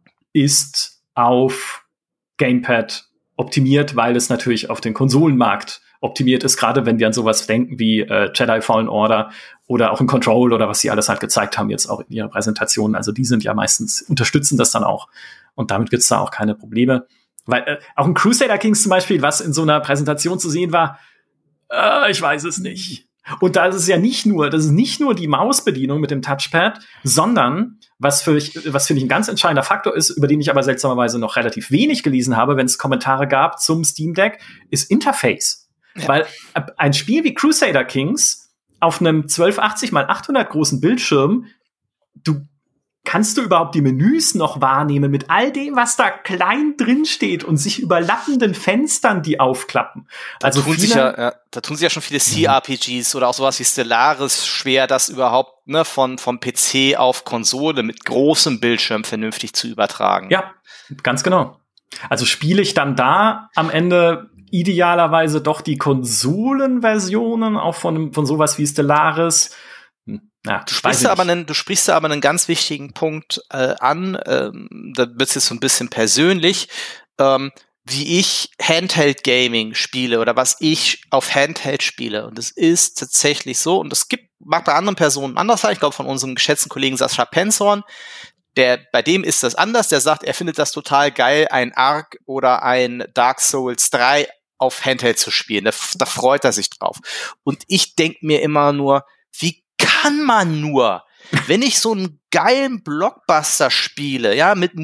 ist auf Gamepad optimiert, weil es natürlich auf den Konsolenmarkt optimiert ist, gerade wenn wir an sowas denken wie äh, Jedi Fallen Order oder auch in Control oder was sie alles halt gezeigt haben jetzt auch in ihrer Präsentation. Also die sind ja meistens, unterstützen das dann auch. Und damit gibt's da auch keine Probleme. Weil äh, auch ein Crusader Kings zum Beispiel, was in so einer Präsentation zu sehen war, Uh, ich weiß es nicht. Und da ist es ja nicht nur, das ist nicht nur die Mausbedienung mit dem Touchpad, sondern was für ich, was finde ich ein ganz entscheidender Faktor ist, über den ich aber seltsamerweise noch relativ wenig gelesen habe, wenn es Kommentare gab zum Steam Deck, ist Interface. Ja. Weil ein Spiel wie Crusader Kings auf einem zwölf achtzig mal achthundert großen Bildschirm, du kannst du überhaupt die Menüs noch wahrnehmen mit all dem, was da klein drin steht und sich überlappenden Fenstern, die aufklappen? Da also tun sich ja, ja, da tun sich ja schon viele C R P Gs oder auch sowas wie Stellaris schwer, das überhaupt ne, von vom P C auf Konsole mit großem Bildschirm vernünftig zu übertragen. Ja, ganz genau. Also spiele ich dann da am Ende idealerweise doch die Konsolenversionen auch von von sowas wie Stellaris. Ja, du sprichst aber einen, du sprichst aber einen ganz wichtigen Punkt äh, an. Ähm, da wird's jetzt so ein bisschen persönlich, ähm, wie ich Handheld Gaming spiele oder was ich auf Handheld spiele. Und es ist tatsächlich so. Und es gibt mag bei anderen Personen anders sein. Ich glaube von unserem geschätzten Kollegen Sascha Penzorn, der bei dem ist das anders. Der sagt, er findet das total geil, ein Ark oder ein Dark Souls drei auf Handheld zu spielen. Da, da freut er sich drauf. Und ich denk mir immer nur, wie kann man nur, wenn ich so einen geilen Blockbuster spiele, ja, mit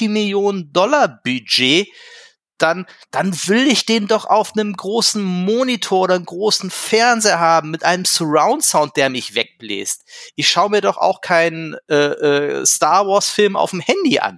Multimillionen-Dollar-Budget, dann, dann will ich den doch auf einem großen Monitor oder einem großen Fernseher haben, mit einem Surround-Sound, der mich wegbläst. Ich schaue mir doch auch keinen äh, äh, Star Wars-Film auf dem Handy an.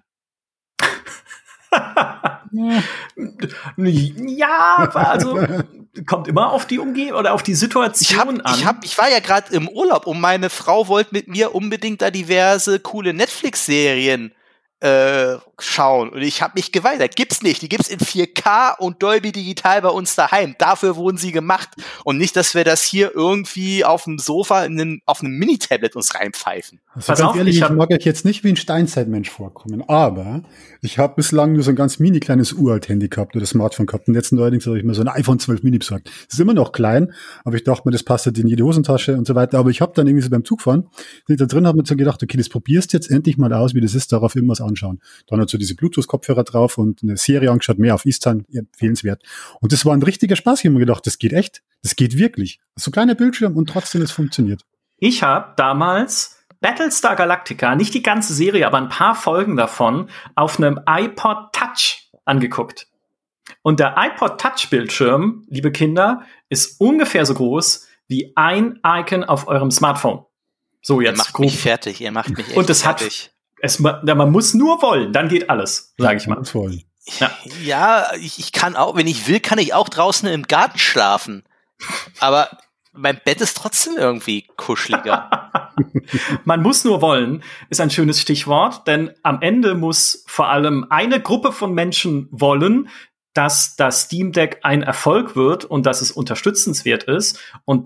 Ja, also kommt immer auf die Umgebung oder auf die Situation ich hab, an. Ich, hab, ich war ja gerade im Urlaub und meine Frau wollte mit mir unbedingt da diverse coole Netflix-Serien äh, schauen. Und ich habe mich geweigert. Gibt's nicht. Die gibt's in vier K und Dolby Digital bei uns daheim. Dafür wurden sie gemacht. Und nicht, dass wir das hier irgendwie auf dem Sofa in einem, auf einem Mini-Tablet uns reinpfeifen. Also Pass ganz auf, ehrlich, ich, ich mag euch jetzt nicht wie ein Steinzeitmensch vorkommen, aber ich habe bislang nur so ein ganz mini kleines Uralt-Handy gehabt oder Smartphone gehabt. Und jetzt neuerdings habe ich mir so ein iPhone zwölf Mini besorgt. Das ist immer noch klein, aber ich dachte mir, das passt halt in jede Hosentasche und so weiter. Aber ich habe dann irgendwie so beim Zugfahren, da drin habe mir so gedacht, okay, das probierst jetzt endlich mal aus, wie das ist, darauf irgendwas anschauen. Dann hat so diese Bluetooth-Kopfhörer drauf und eine Serie angeschaut, mehr auf Istan, empfehlenswert. Und das war ein richtiger Spaß. Ich habe mir gedacht, das geht echt, das geht wirklich. So ein kleiner Bildschirm und trotzdem es funktioniert. Ich habe damals Battlestar Galactica, nicht die ganze Serie, aber ein paar Folgen davon, auf einem iPod Touch angeguckt. Und der iPod Touch Bildschirm, liebe Kinder, ist ungefähr so groß wie ein Icon auf eurem Smartphone. So jetzt. Ihr macht grob. mich fertig, ihr macht mich echt Und es fertig. Hat, es, man muss nur wollen, dann geht alles, sage ich mal. Wollen. Ja, ja ich, ich kann auch, wenn ich will, kann ich auch draußen im Garten schlafen. Aber mein Bett ist trotzdem irgendwie kuscheliger. Man muss nur wollen, ist ein schönes Stichwort, denn am Ende muss vor allem eine Gruppe von Menschen wollen, dass das Steam Deck ein Erfolg wird und dass es unterstützenswert ist. Und das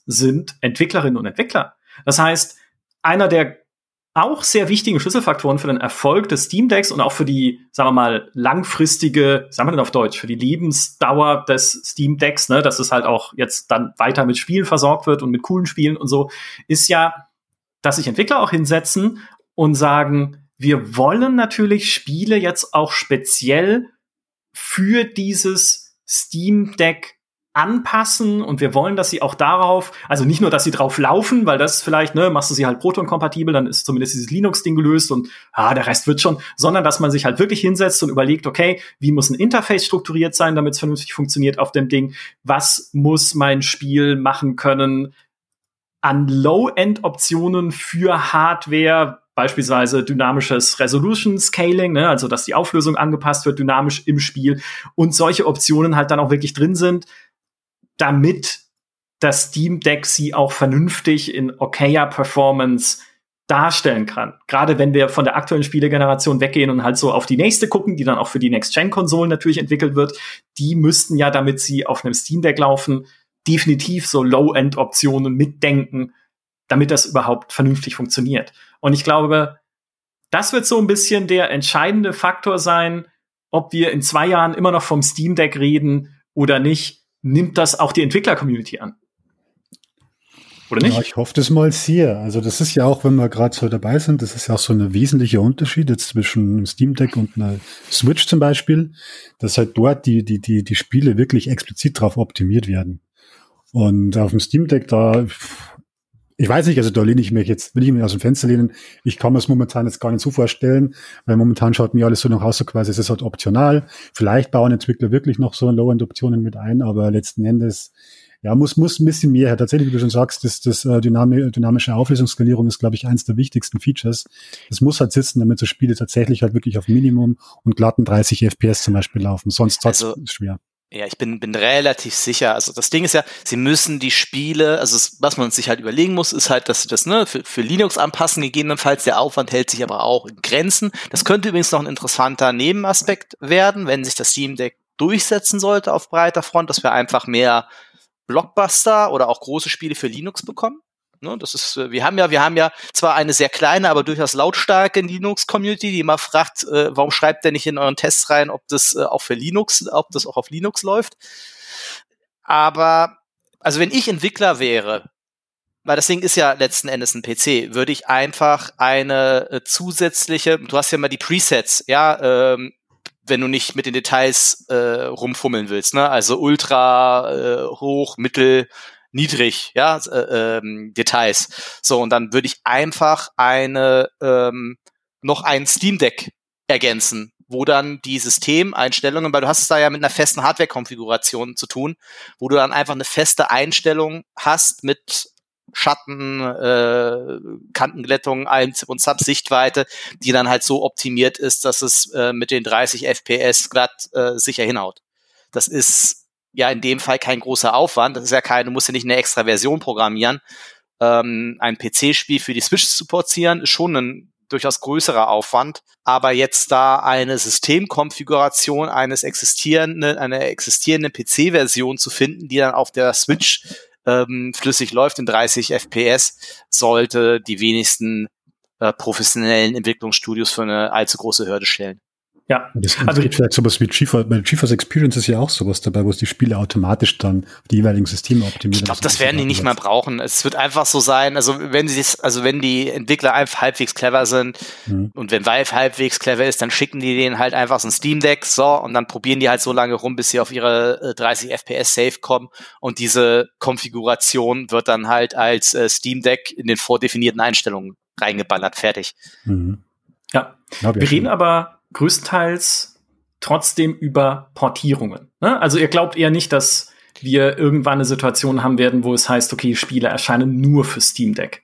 sind Entwicklerinnen und Entwickler. Das heißt, einer der auch sehr wichtigen Schlüsselfaktoren für den Erfolg des Steam Decks und auch für die, sagen wir mal, langfristige, sagen wir denn auf Deutsch, für die Lebensdauer des Steam Decks, ne, dass es halt auch jetzt dann weiter mit Spielen versorgt wird und mit coolen Spielen und so, ist ja, dass sich Entwickler auch hinsetzen und sagen, wir wollen natürlich Spiele jetzt auch speziell für dieses Steam Deck anpassen und wir wollen, dass sie auch darauf, also nicht nur, dass sie drauf laufen, weil das vielleicht, ne, machst du sie halt Proton-kompatibel, dann ist zumindest dieses Linux-Ding gelöst und ah, der Rest wird schon, sondern dass man sich halt wirklich hinsetzt und überlegt, okay, wie muss ein Interface strukturiert sein, damit es vernünftig funktioniert auf dem Ding, was muss mein Spiel machen können an Low-End-Optionen für Hardware, beispielsweise dynamisches Resolution Scaling, ne, also dass die Auflösung angepasst wird, dynamisch im Spiel und solche Optionen halt dann auch wirklich drin sind, damit das Steam Deck sie auch vernünftig in okayer Performance darstellen kann. Gerade wenn wir von der aktuellen Spielegeneration weggehen und halt so auf die nächste gucken, die dann auch für die Next-Gen-Konsolen natürlich entwickelt wird, die müssten ja, damit sie auf einem Steam Deck laufen, definitiv so Low-End-Optionen mitdenken, damit das überhaupt vernünftig funktioniert. Und ich glaube, das wird so ein bisschen der entscheidende Faktor sein, ob wir in zwei Jahren immer noch vom Steam Deck reden oder nicht. Nimmt das auch die Entwickler-Community an? Oder nicht? Ja, ich hoffe das mal sehr. Also das ist ja auch, wenn wir gerade so dabei sind, das ist ja auch so ein wesentlicher Unterschied jetzt zwischen einem Steam Deck und einer Switch zum Beispiel, dass halt dort die, die, die, die Spiele wirklich explizit drauf optimiert werden. Und auf dem Steam Deck da, ich weiß nicht, also da lehne ich mich jetzt, will ich mich aus dem Fenster lehnen. Ich kann mir es momentan jetzt gar nicht so vorstellen, weil momentan schaut mir alles so noch aus, so quasi, es ist halt optional. Vielleicht bauen Entwickler wirklich noch so Low-End-Optionen mit ein, aber letzten Endes, ja, muss, muss ein bisschen mehr her. Tatsächlich, wie du schon sagst, das, das äh, dynami- dynamische Auflösungsskalierung ist, glaube ich, eins der wichtigsten Features. Das muss halt sitzen, damit so Spiele tatsächlich halt wirklich auf Minimum und glatten dreißig F P S zum Beispiel laufen. Sonst ist also, es schwer. Ja, ich bin, bin relativ sicher. Also das Ding ist ja, sie müssen die Spiele, also es, was man sich halt überlegen muss, ist halt, dass sie das ne, für, für Linux anpassen, gegebenenfalls. Der Aufwand hält sich aber auch in Grenzen. Das könnte übrigens noch ein interessanter Nebenaspekt werden, wenn sich das Steam Deck durchsetzen sollte auf breiter Front, dass wir einfach mehr Blockbuster oder auch große Spiele für Linux bekommen. Ne, das ist, wir haben ja, wir haben ja zwar eine sehr kleine, aber durchaus lautstarke Linux-Community, die immer fragt, äh, warum schreibt ihr nicht in euren Tests rein, ob das äh, auch für Linux, ob das auch auf Linux läuft. Aber, also wenn ich Entwickler wäre, weil das Ding ist ja letzten Endes ein P C, würde ich einfach eine äh, zusätzliche, du hast ja mal die Presets, ja, ähm, wenn du nicht mit den Details äh, rumfummeln willst, ne, also Ultra, äh, Hoch, Mittel, niedrig, ja, äh, ähm, Details. So, und dann würde ich einfach eine ähm, noch ein Steam Deck ergänzen, wo dann die Systemeinstellungen, weil du hast es da ja mit einer festen Hardware-Konfiguration zu tun, wo du dann einfach eine feste Einstellung hast mit Schatten, äh, Kantenglättung, allem Zip und Zap, Sichtweite, die dann halt so optimiert ist, dass es äh, mit den dreißig F P S glatt äh, sicher hinhaut. Das ist ja in dem Fall kein großer Aufwand. Das ist ja kein, du musst ja nicht eine extra Version programmieren. Ähm, ein P C-Spiel für die Switch zu portieren, ist schon ein durchaus größerer Aufwand. Aber jetzt da eine Systemkonfiguration eines existierenden, einer existierenden P C-Version zu finden, die dann auf der Switch ähm, flüssig läuft in dreißig F P S, sollte die wenigsten äh, professionellen Entwicklungsstudios für eine allzu große Hürde stellen. Ja, das also geht vielleicht sowas wie GeForce, bei GeForce Experience ist ja auch sowas dabei, wo es die Spiele automatisch dann auf die jeweiligen Systeme optimieren. Ich glaube, das werden die nicht mal brauchen. Es wird einfach so sein, also wenn sie also wenn die Entwickler einfach halbwegs clever sind mhm. und wenn Valve halbwegs clever ist, dann schicken die denen halt einfach so ein Steam Deck, so, und dann probieren die halt so lange rum, bis sie auf ihre äh, dreißig F P S safe kommen, und diese Konfiguration wird dann halt als äh, Steam Deck in den vordefinierten Einstellungen reingeballert, fertig. Mhm. Ja, ja, wir reden aber größtenteils trotzdem über Portierungen. Ne? Also ihr glaubt eher nicht, dass wir irgendwann eine Situation haben werden, wo es heißt, okay, Spiele erscheinen nur für Steam Deck.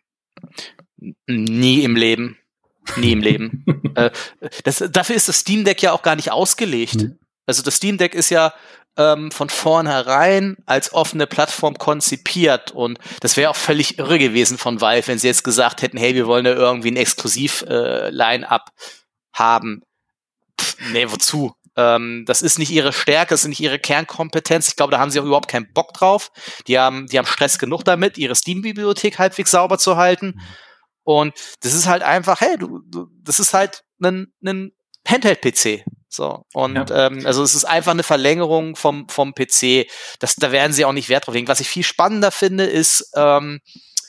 Nie im Leben. Nie im Leben. äh, das, dafür ist das Steam Deck ja auch gar nicht ausgelegt. Mhm. Also das Steam Deck ist ja ähm, von vornherein als offene Plattform konzipiert, und das wäre auch völlig irre gewesen von Valve, wenn sie jetzt gesagt hätten, hey, wir wollen ja irgendwie ein Exklusiv-Line-Up äh, haben. Pff, nee, wozu? Ähm, das ist nicht ihre Stärke, das ist nicht ihre Kernkompetenz. Ich glaube, da haben sie auch überhaupt keinen Bock drauf. Die haben, die haben Stress genug damit, ihre Steam-Bibliothek halbwegs sauber zu halten. Und das ist halt einfach, hey, du, du das ist halt ein, ein Handheld-P C. So. Und ja. ähm, also es ist einfach eine Verlängerung vom, vom P C. Das, da werden sie auch nicht Wert drauf legen. Was ich viel spannender finde, ist, ähm,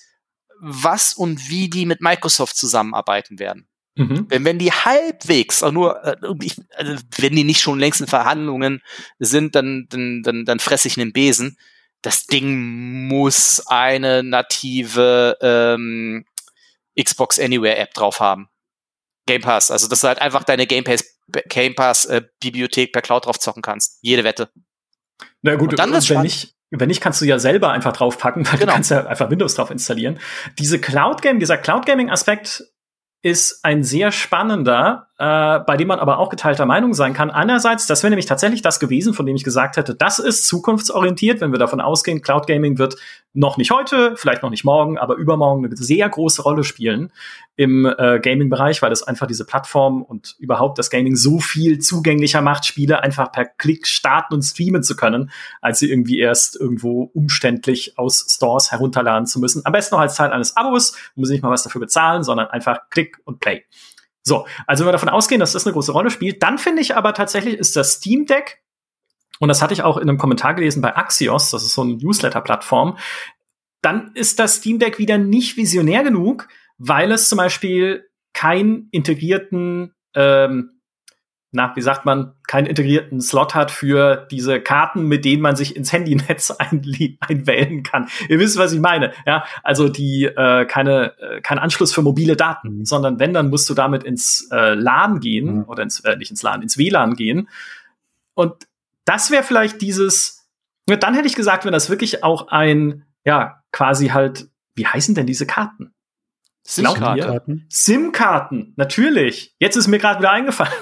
was und wie die mit Microsoft zusammenarbeiten werden. Mhm. Wenn, wenn die halbwegs, auch nur, äh, ich, also wenn die nicht schon längst in Verhandlungen sind, dann, dann, dann, dann fresse ich einen Besen. Das Ding muss eine native ähm, Xbox Anywhere App drauf haben. Game Pass. Also, dass du halt einfach deine Game Pass, Game Pass äh, Bibliothek per Cloud drauf zocken kannst. Jede Wette. Na gut, und dann und wenn nicht, wenn nicht, kannst du ja selber einfach draufpacken, weil genau. du kannst ja einfach Windows drauf installieren. Diese Cloud Game, dieser Cloud Gaming Aspekt ist ein sehr spannender, äh, bei dem man aber auch geteilter Meinung sein kann. Einerseits, das wäre nämlich tatsächlich das gewesen, von dem ich gesagt hätte, das ist zukunftsorientiert, wenn wir davon ausgehen, Cloud Gaming wird noch nicht heute, vielleicht noch nicht morgen, aber übermorgen eine sehr große Rolle spielen im äh, Gaming-Bereich, weil es einfach diese Plattform und überhaupt das Gaming so viel zugänglicher macht, Spiele einfach per Klick starten und streamen zu können, als sie irgendwie erst irgendwo umständlich aus Stores herunterladen zu müssen. Am besten noch als Teil eines Abos, muss ich nicht mal was dafür bezahlen, sondern einfach Klick und Play. So, also wenn wir davon ausgehen, dass das eine große Rolle spielt, dann finde ich aber tatsächlich ist das Steam Deck, und das hatte ich auch in einem Kommentar gelesen bei Axios, das ist so eine Newsletter-Plattform, dann ist das Steam Deck wieder nicht visionär genug, weil es zum Beispiel keinen integrierten, ähm, na, wie sagt man, keinen integrierten Slot hat für diese Karten, mit denen man sich ins Handynetz einli- einwählen kann. Ihr wisst, was ich meine. Ja, also die äh, keine äh, kein Anschluss für mobile Daten, mhm. sondern wenn, dann musst du damit ins äh, LAN gehen mhm. oder ins äh, nicht ins LAN, ins W LAN gehen. Und das wäre vielleicht dieses. Dann hätte ich gesagt, wenn das wirklich auch ein ja quasi halt, wie heißen denn diese Karten? SIM-Karten. SIM-Karten, natürlich. Jetzt ist mir gerade wieder eingefallen.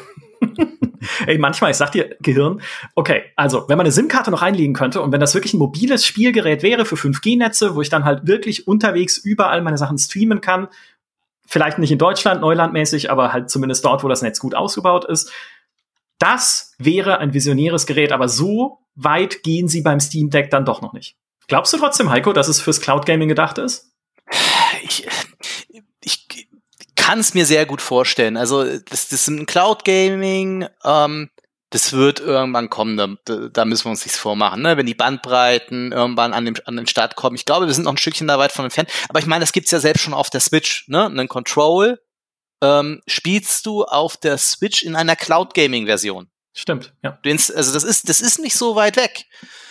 Ey, manchmal, ich sag dir, Gehirn, okay, also, wenn man eine SIM-Karte noch reinlegen könnte und wenn das wirklich ein mobiles Spielgerät wäre für fünf G Netze, wo ich dann halt wirklich unterwegs überall meine Sachen streamen kann, vielleicht nicht in Deutschland, neulandmäßig, aber halt zumindest dort, wo das Netz gut ausgebaut ist, das wäre ein visionäres Gerät, aber so weit gehen sie beim Steam Deck dann doch noch nicht. Glaubst du trotzdem, Heiko, dass es fürs Cloud Gaming gedacht ist? Ich, ich kann es mir sehr gut vorstellen. Also das, das ist ein Cloud Gaming, ähm, das wird irgendwann kommen, da, da müssen wir uns nichts vormachen, ne? Wenn die Bandbreiten irgendwann an den, an den Start kommen. Ich glaube, wir sind noch ein Stückchen da weit von entfernt. Aber ich meine, das gibt's ja selbst schon auf der Switch, ne? Einen Control ähm, spielst du auf der Switch in einer Cloud Gaming Version. Stimmt, ja. Also das ist, das ist nicht so weit weg.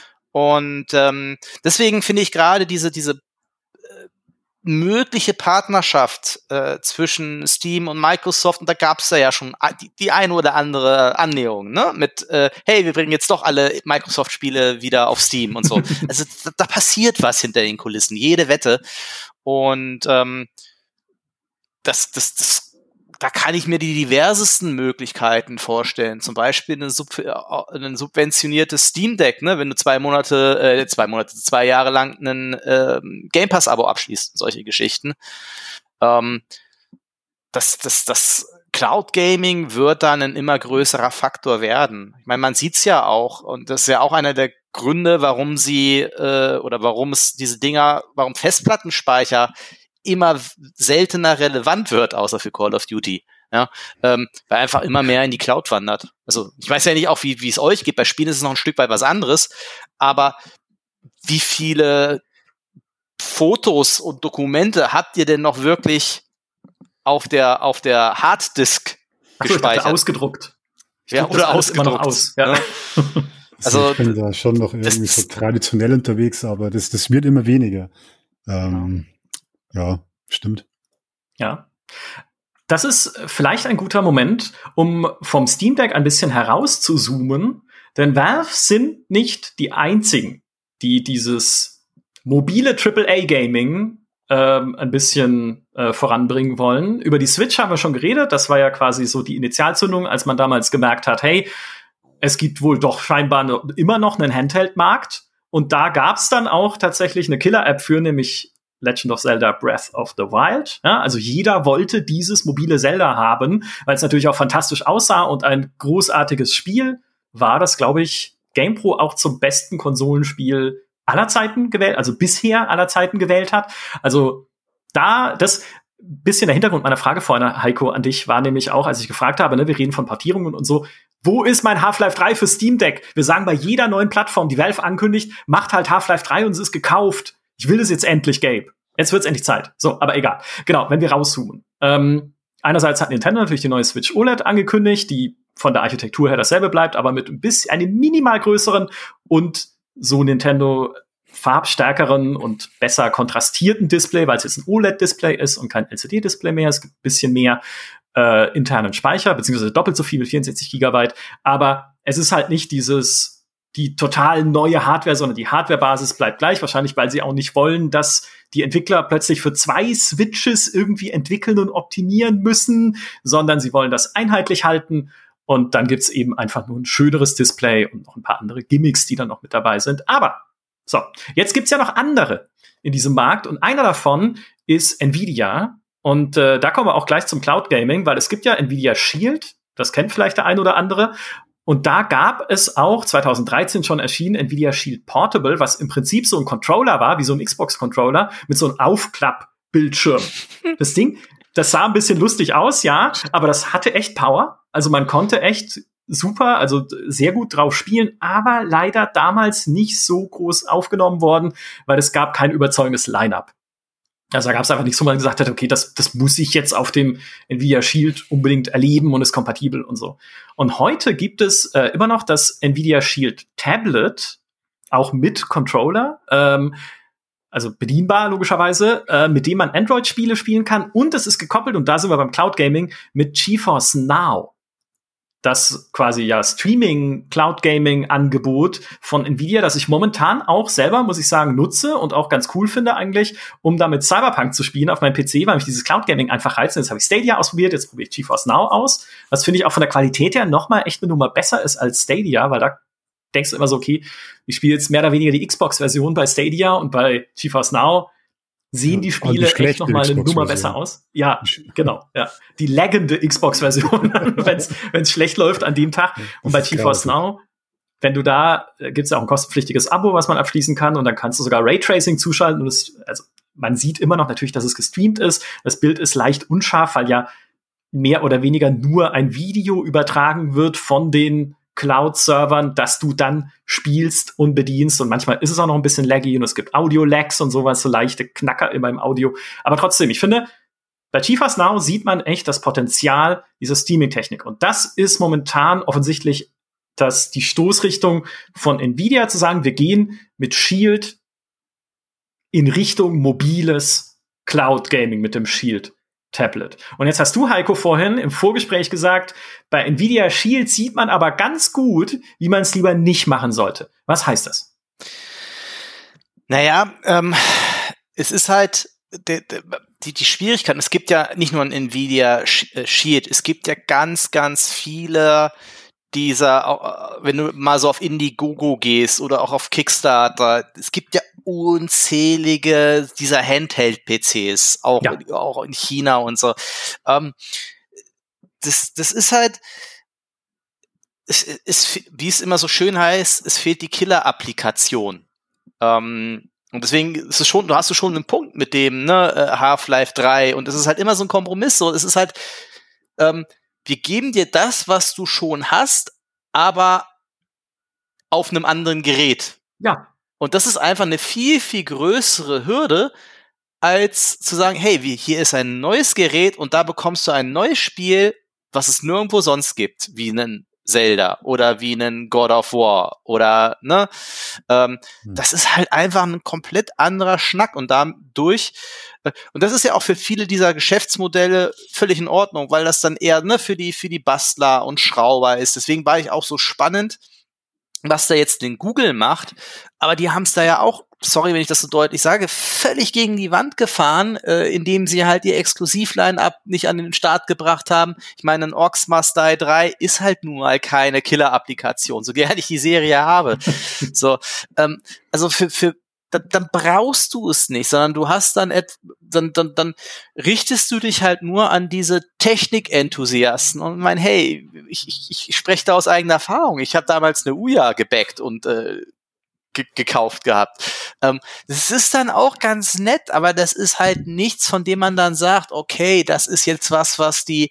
Und ähm, deswegen finde ich gerade diese, diese mögliche Partnerschaft äh, zwischen Steam und Microsoft, und da gab's da ja schon die, die eine oder andere Annäherung, ne? Mit, äh, hey, wir bringen jetzt doch alle Microsoft-Spiele wieder auf Steam und so. Also da, da passiert was hinter den Kulissen, jede Wette. Und ähm, das, das, das, da kann ich mir die diversesten Möglichkeiten vorstellen. Zum Beispiel eine Sub- ein subventioniertes Steam Deck, ne? Wenn du zwei Monate, äh, zwei Monate, zwei Jahre lang ein äh, Game Pass-Abo abschließt, solche Geschichten. Ähm, das, das, das Cloud Gaming wird dann ein immer größerer Faktor werden. Ich meine, man sieht's ja auch, und das ist ja auch einer der Gründe, warum sie äh, oder warum es diese Dinger, warum Festplattenspeicher immer seltener relevant wird, außer für Call of Duty. Ja, ähm, weil einfach immer mehr in die Cloud wandert. Also ich weiß ja nicht auch, wie wie es euch geht. Bei Spielen ist es noch ein Stück weit was anderes. Aber wie viele Fotos und Dokumente habt ihr denn noch wirklich auf der auf der Harddisk Ach so, gespeichert? Ich dachte, ausgedruckt. Ich ja, oder ausgedruckt. Immer noch aus. Ja. Ja. Also ich bin da schon noch irgendwie so traditionell unterwegs, aber das das wird immer weniger. Ähm, Ja, stimmt. Ja. Das ist vielleicht ein guter Moment, um vom Steam Deck ein bisschen herauszuzoomen, denn Valve sind nicht die einzigen, die dieses mobile Triple A Gaming ähm, ein bisschen äh, voranbringen wollen. Über die Switch haben wir schon geredet. Das war ja quasi so die Initialzündung, als man damals gemerkt hat, hey, es gibt wohl doch scheinbar ne, immer noch einen Handheld-Markt. Und da gab's dann auch tatsächlich eine Killer-App für, nämlich Legend of Zelda Breath of the Wild. Ja, also jeder wollte dieses mobile Zelda haben, weil es natürlich auch fantastisch aussah und ein großartiges Spiel war das, glaube ich, GamePro auch zum besten Konsolenspiel aller Zeiten gewählt, also bisher aller Zeiten gewählt hat. Also da, das bisschen der Hintergrund meiner Frage vorhin, Heiko, an dich war nämlich auch, als ich gefragt habe, ne, wir reden von Portierungen und so, wo ist mein Half-Life drei für Steam Deck? Wir sagen bei jeder neuen Plattform, die Valve ankündigt, macht halt Half-Life drei und es ist gekauft. Ich will es jetzt endlich, Gabe. Jetzt wird's endlich Zeit. So, aber egal. Genau, wenn wir rauszoomen. Ähm, einerseits hat Nintendo natürlich die neue Switch O L E D angekündigt, die von der Architektur her dasselbe bleibt, aber mit ein bisschen, einem minimal größeren und so Nintendo farbstärkeren und besser kontrastierten Display, weil es jetzt ein O L E D-Display ist und kein L C D-Display mehr. Es gibt ein bisschen mehr äh, internen Speicher, beziehungsweise doppelt so viel mit vierundsechzig Gigabyte. Aber es ist halt nicht dieses, die total neue Hardware, sondern die Hardware-Basis bleibt gleich. Wahrscheinlich, weil sie auch nicht wollen, dass die Entwickler plötzlich für zwei Switches irgendwie entwickeln und optimieren müssen, sondern sie wollen das einheitlich halten. Und dann gibt's eben einfach nur ein schöneres Display und noch ein paar andere Gimmicks, die dann noch mit dabei sind. Aber so, jetzt gibt's ja noch andere in diesem Markt und einer davon ist Nvidia und äh, da kommen wir auch gleich zum Cloud Gaming, weil es gibt ja Nvidia Shield, das kennt vielleicht der ein oder andere und da gab es auch zwanzig dreizehn schon erschienen Nvidia Shield Portable, was im Prinzip so ein Controller war, wie so ein Xbox-Controller mit so einem Aufklappbildschirm. Das Ding, das sah ein bisschen lustig aus, ja, aber das hatte echt Power, also man konnte echt super, also sehr gut drauf spielen, aber leider damals nicht so groß aufgenommen worden, weil es gab kein überzeugendes Line-Up. Also da gab es einfach nichts, wo man gesagt hat, okay, das, das muss ich jetzt auf dem Nvidia Shield unbedingt erleben und ist kompatibel und so. Und heute gibt es äh, immer noch das Nvidia Shield Tablet, auch mit Controller, ähm, also bedienbar logischerweise, äh, mit dem man Android-Spiele spielen kann und es ist gekoppelt, und da sind wir beim Cloud Gaming, mit GeForce Now. Das quasi ja Streaming-Cloud-Gaming-Angebot von Nvidia, das ich momentan auch selber, muss ich sagen, nutze und auch ganz cool finde eigentlich, um damit Cyberpunk zu spielen auf meinem P C, weil mich dieses Cloud-Gaming einfach reizt. Jetzt habe ich Stadia ausprobiert, jetzt probiere ich GeForce Now aus, was finde ich auch von der Qualität her noch mal echt eine Nummer besser ist als Stadia, weil da denkst du immer so, okay, ich spiele jetzt mehr oder weniger die Xbox-Version bei Stadia und bei GeForce Now sehen die Spiele die echt noch mal eine Nummer besser aus. Ja, genau. Ja, die laggende Xbox-Version, wenn es schlecht läuft an dem Tag. Und bei GeForce Now, wenn du da, gibt's ja auch ein kostenpflichtiges Abo, was man abschließen kann, und dann kannst du sogar Raytracing zuschalten. Und es, also man sieht immer noch natürlich, dass es gestreamt ist. Das Bild ist leicht unscharf, weil ja mehr oder weniger nur ein Video übertragen wird von den Cloud-Servern, dass du dann spielst und bedienst. Und manchmal ist es auch noch ein bisschen laggy und es gibt Audio-Lags und sowas, so leichte Knacker in meinem Audio. Aber trotzdem, ich finde, bei GeForce Now sieht man echt das Potenzial dieser Streaming-Technik. Und das ist momentan offensichtlich dass die Stoßrichtung von Nvidia zu sagen, wir gehen mit Shield in Richtung mobiles Cloud-Gaming mit dem Shield Tablet. Und jetzt hast du, Heiko, vorhin im Vorgespräch gesagt, bei Nvidia Shield sieht man aber ganz gut, wie man es lieber nicht machen sollte. Was heißt das? Naja, ähm, es ist halt die, die, die Schwierigkeit. Es gibt ja nicht nur ein Nvidia Shield, es gibt ja ganz, ganz viele dieser, wenn du mal so auf Indiegogo gehst oder auch auf Kickstarter, es gibt ja unzählige dieser Handheld-P Cs, auch, ja. auch in China und so. Ähm, das, das ist halt, es ist, wie es immer so schön heißt, es fehlt die Killer-Applikation. Ähm, und deswegen ist es schon, du hast du schon einen Punkt mit dem, ne, Half-Life drei, und es ist halt immer so ein Kompromiss, so, es ist halt, ähm, wir geben dir das, was du schon hast, aber auf einem anderen Gerät. Ja. Und das ist einfach eine viel, viel größere Hürde, als zu sagen, hey, wie, hier ist ein neues Gerät und da bekommst du ein neues Spiel, was es nirgendwo sonst gibt, wie einen Zelda oder wie einen God of War oder, ne, ähm, hm. das ist halt einfach ein komplett anderer Schnack und dadurch, äh, und das ist ja auch für viele dieser Geschäftsmodelle völlig in Ordnung, weil das dann eher, ne, für die, für die Bastler und Schrauber ist. Deswegen war ich auch so spannend, was da jetzt den Google macht, aber die haben es da ja auch, sorry, wenn ich das so deutlich sage, völlig gegen die Wand gefahren, äh, indem sie halt ihr Exklusiv-Line-Up nicht an den Start gebracht haben. Ich meine, ein Orcs Must Die drei ist halt nun mal keine Killer-Applikation, so gerne ich die Serie habe. so, ähm, also für, für dann, dann brauchst du es nicht, sondern du hast dann, et, dann, dann, dann richtest du dich halt nur an diese Technik-Enthusiasten und mein, hey, ich, ich, ich spreche da aus eigener Erfahrung. Ich habe damals eine Ouya gebackt und äh, ge- gekauft gehabt. Ähm, das ist dann auch ganz nett, aber das ist halt nichts, von dem man dann sagt, okay, das ist jetzt was, was die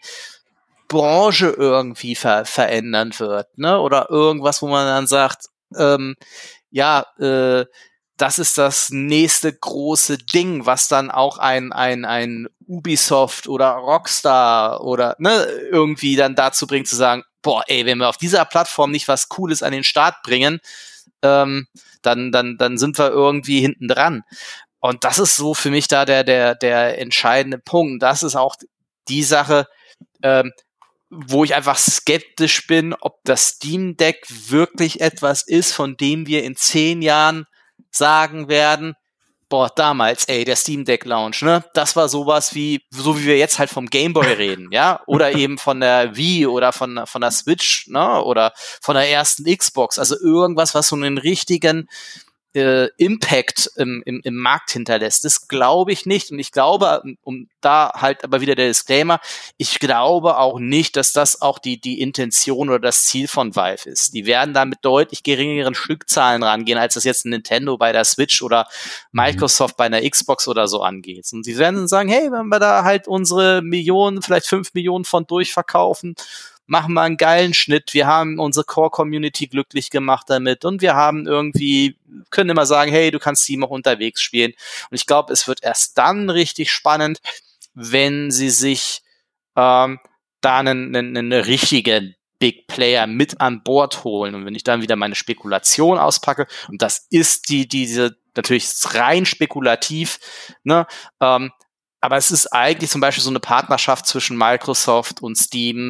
Branche irgendwie ver- verändern wird, ne? Oder irgendwas, wo man dann sagt, ähm, ja, äh, das ist das nächste große Ding, was dann auch ein ein ein Ubisoft oder Rockstar oder ne irgendwie dann dazu bringt zu sagen, boah, ey, wenn wir auf dieser Plattform nicht was Cooles an den Start bringen, ähm, dann dann dann sind wir irgendwie hinten dran. Und das ist so für mich da der der der entscheidende Punkt. Das ist auch die Sache, ähm, wo ich einfach skeptisch bin, ob das Steam Deck wirklich etwas ist, von dem wir in zehn Jahren sagen werden, boah, damals, ey, der Steam Deck Launch, ne, das war sowas wie, so wie wir jetzt halt vom Game Boy reden, ja, oder eben von der Wii oder von, von der Switch, ne, oder von der ersten Xbox, also irgendwas, was so einen richtigen äh, Impact im, im, im Markt hinterlässt. Das glaube ich nicht. Und ich glaube, um da halt aber wieder der Disclaimer, ich glaube auch nicht, dass das auch die, die Intention oder das Ziel von Valve ist. Die werden da mit deutlich geringeren Stückzahlen rangehen, als das jetzt ein Nintendo bei der Switch oder Microsoft bei einer Xbox oder so angeht. Und sie werden dann sagen, hey, wenn wir da halt unsere Millionen, vielleicht fünf Millionen von durchverkaufen, machen wir einen geilen Schnitt, wir haben unsere Core-Community glücklich gemacht damit und wir haben irgendwie, können immer sagen, hey, du kannst Steam auch unterwegs spielen. Und ich glaube, es wird erst dann richtig spannend, wenn sie sich ähm, da einen, einen, einen richtigen Big Player mit an Bord holen. Und wenn ich dann wieder meine Spekulation auspacke, und das ist die, diese, natürlich rein spekulativ, ne, ähm, aber es ist eigentlich zum Beispiel so eine Partnerschaft zwischen Microsoft und Steam,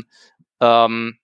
Ähm,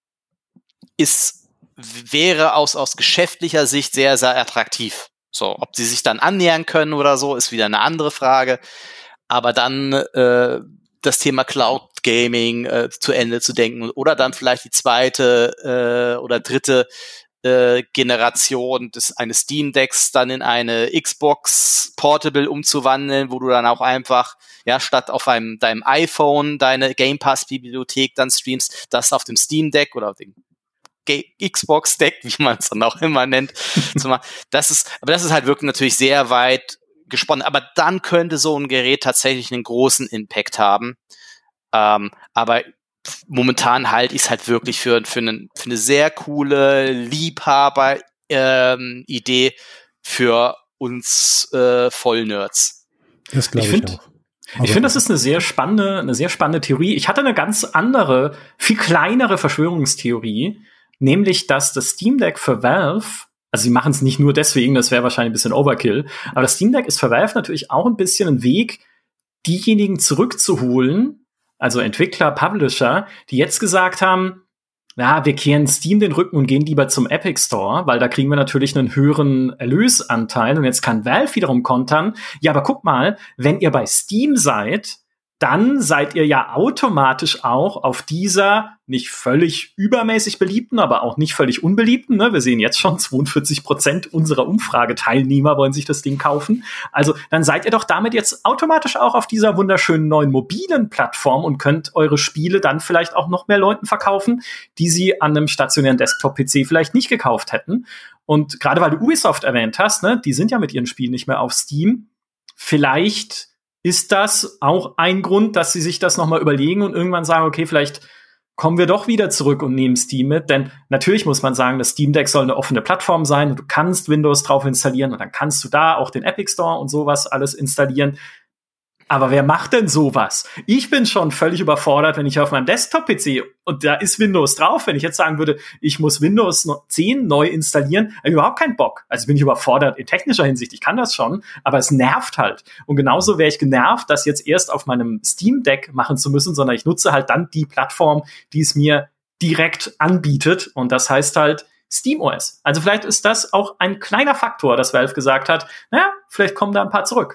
ist, wäre aus, aus geschäftlicher Sicht sehr, sehr attraktiv. So, ob sie sich dann annähern können oder so, ist wieder eine andere Frage. Aber dann äh, das Thema Cloud Gaming äh, zu Ende zu denken oder dann vielleicht die zweite äh, oder dritte äh, Generation des eines Steam Decks dann in eine Xbox Portable umzuwandeln, wo du dann auch einfach ja statt auf einem deinem iPhone deine Game Pass Bibliothek dann streamst, das auf dem Steam Deck oder auf dem G- Xbox Deck, wie man es dann auch immer nennt, zu machen. Das ist, aber das ist halt wirklich natürlich sehr weit gesponnen. Aber dann könnte so ein Gerät tatsächlich einen großen Impact haben. Ähm, aber momentan halte ich es halt wirklich für, für, einen, für eine sehr coole Liebhaber-Idee ähm, für uns äh, Vollnerds. Das glaube ich, ich auch. Aber ich finde, das ist eine sehr spannende, eine sehr spannende Theorie. Ich hatte eine ganz andere, viel kleinere Verschwörungstheorie, nämlich, dass das Steam Deck für Valve, also sie machen es nicht nur deswegen, das wäre wahrscheinlich ein bisschen Overkill, aber das Steam Deck ist für Valve natürlich auch ein bisschen ein Weg, diejenigen zurückzuholen, also Entwickler, Publisher, die jetzt gesagt haben, ja, wir kehren Steam den Rücken und gehen lieber zum Epic Store, weil da kriegen wir natürlich einen höheren Erlösanteil. Und jetzt kann Valve wiederum kontern, ja, aber guck mal, wenn ihr bei Steam seid, dann seid ihr ja automatisch auch auf dieser nicht völlig übermäßig beliebten, aber auch nicht völlig unbeliebten, ne? Wir sehen jetzt schon, zweiundvierzig Prozent unserer Umfrageteilnehmer wollen sich das Ding kaufen. Also dann seid ihr doch damit jetzt automatisch auch auf dieser wunderschönen neuen mobilen Plattform und könnt eure Spiele dann vielleicht auch noch mehr Leuten verkaufen, die sie an einem stationären Desktop-P C vielleicht nicht gekauft hätten. Und gerade weil du Ubisoft erwähnt hast, ne, die sind ja mit ihren Spielen nicht mehr auf Steam. Vielleicht ist das auch ein Grund, dass sie sich das noch mal überlegen und irgendwann sagen, okay, vielleicht kommen wir doch wieder zurück und nehmen Steam mit. Denn natürlich muss man sagen, das Steam Deck soll eine offene Plattform sein und du kannst Windows drauf installieren und dann kannst du da auch den Epic Store und sowas alles installieren. Aber wer macht denn sowas? Ich bin schon völlig überfordert, wenn ich auf meinem Desktop-P C und da ist Windows drauf. Wenn ich jetzt sagen würde, ich muss Windows zehn neu installieren, habe ich überhaupt keinen Bock. Also bin ich überfordert in technischer Hinsicht. Ich kann das schon, aber es nervt halt. Und genauso wäre ich genervt, das jetzt erst auf meinem Steam Deck machen zu müssen, sondern ich nutze halt dann die Plattform, die es mir direkt anbietet. Und das heißt halt SteamOS. Also vielleicht ist das auch ein kleiner Faktor, dass Valve gesagt hat, naja, vielleicht kommen da ein paar zurück.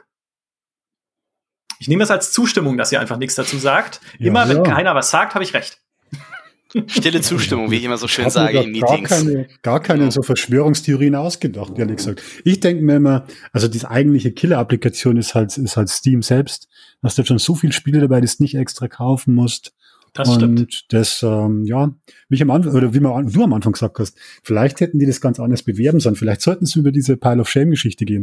Ich nehme das als Zustimmung, dass ihr einfach nichts dazu sagt. Immer, ja, wenn ja. keiner was sagt, habe ich recht. Stille Zustimmung, wie ich immer so schön ich sage in gar Meetings. Keine, gar keine ja. so Verschwörungstheorien ausgedacht, ehrlich gesagt. Ich denke mir immer, also die eigentliche Killer-Applikation ist halt, ist halt Steam selbst. Da hast du schon so viele Spiele dabei, die du nicht extra kaufen musst. Das und stimmt. das, ähm, ja, wie ich am Anfang, oder wie man, du am Anfang gesagt hast, vielleicht hätten die das ganz anders bewerben sollen. Vielleicht sollten sie über diese Pile of Shame-Geschichte gehen.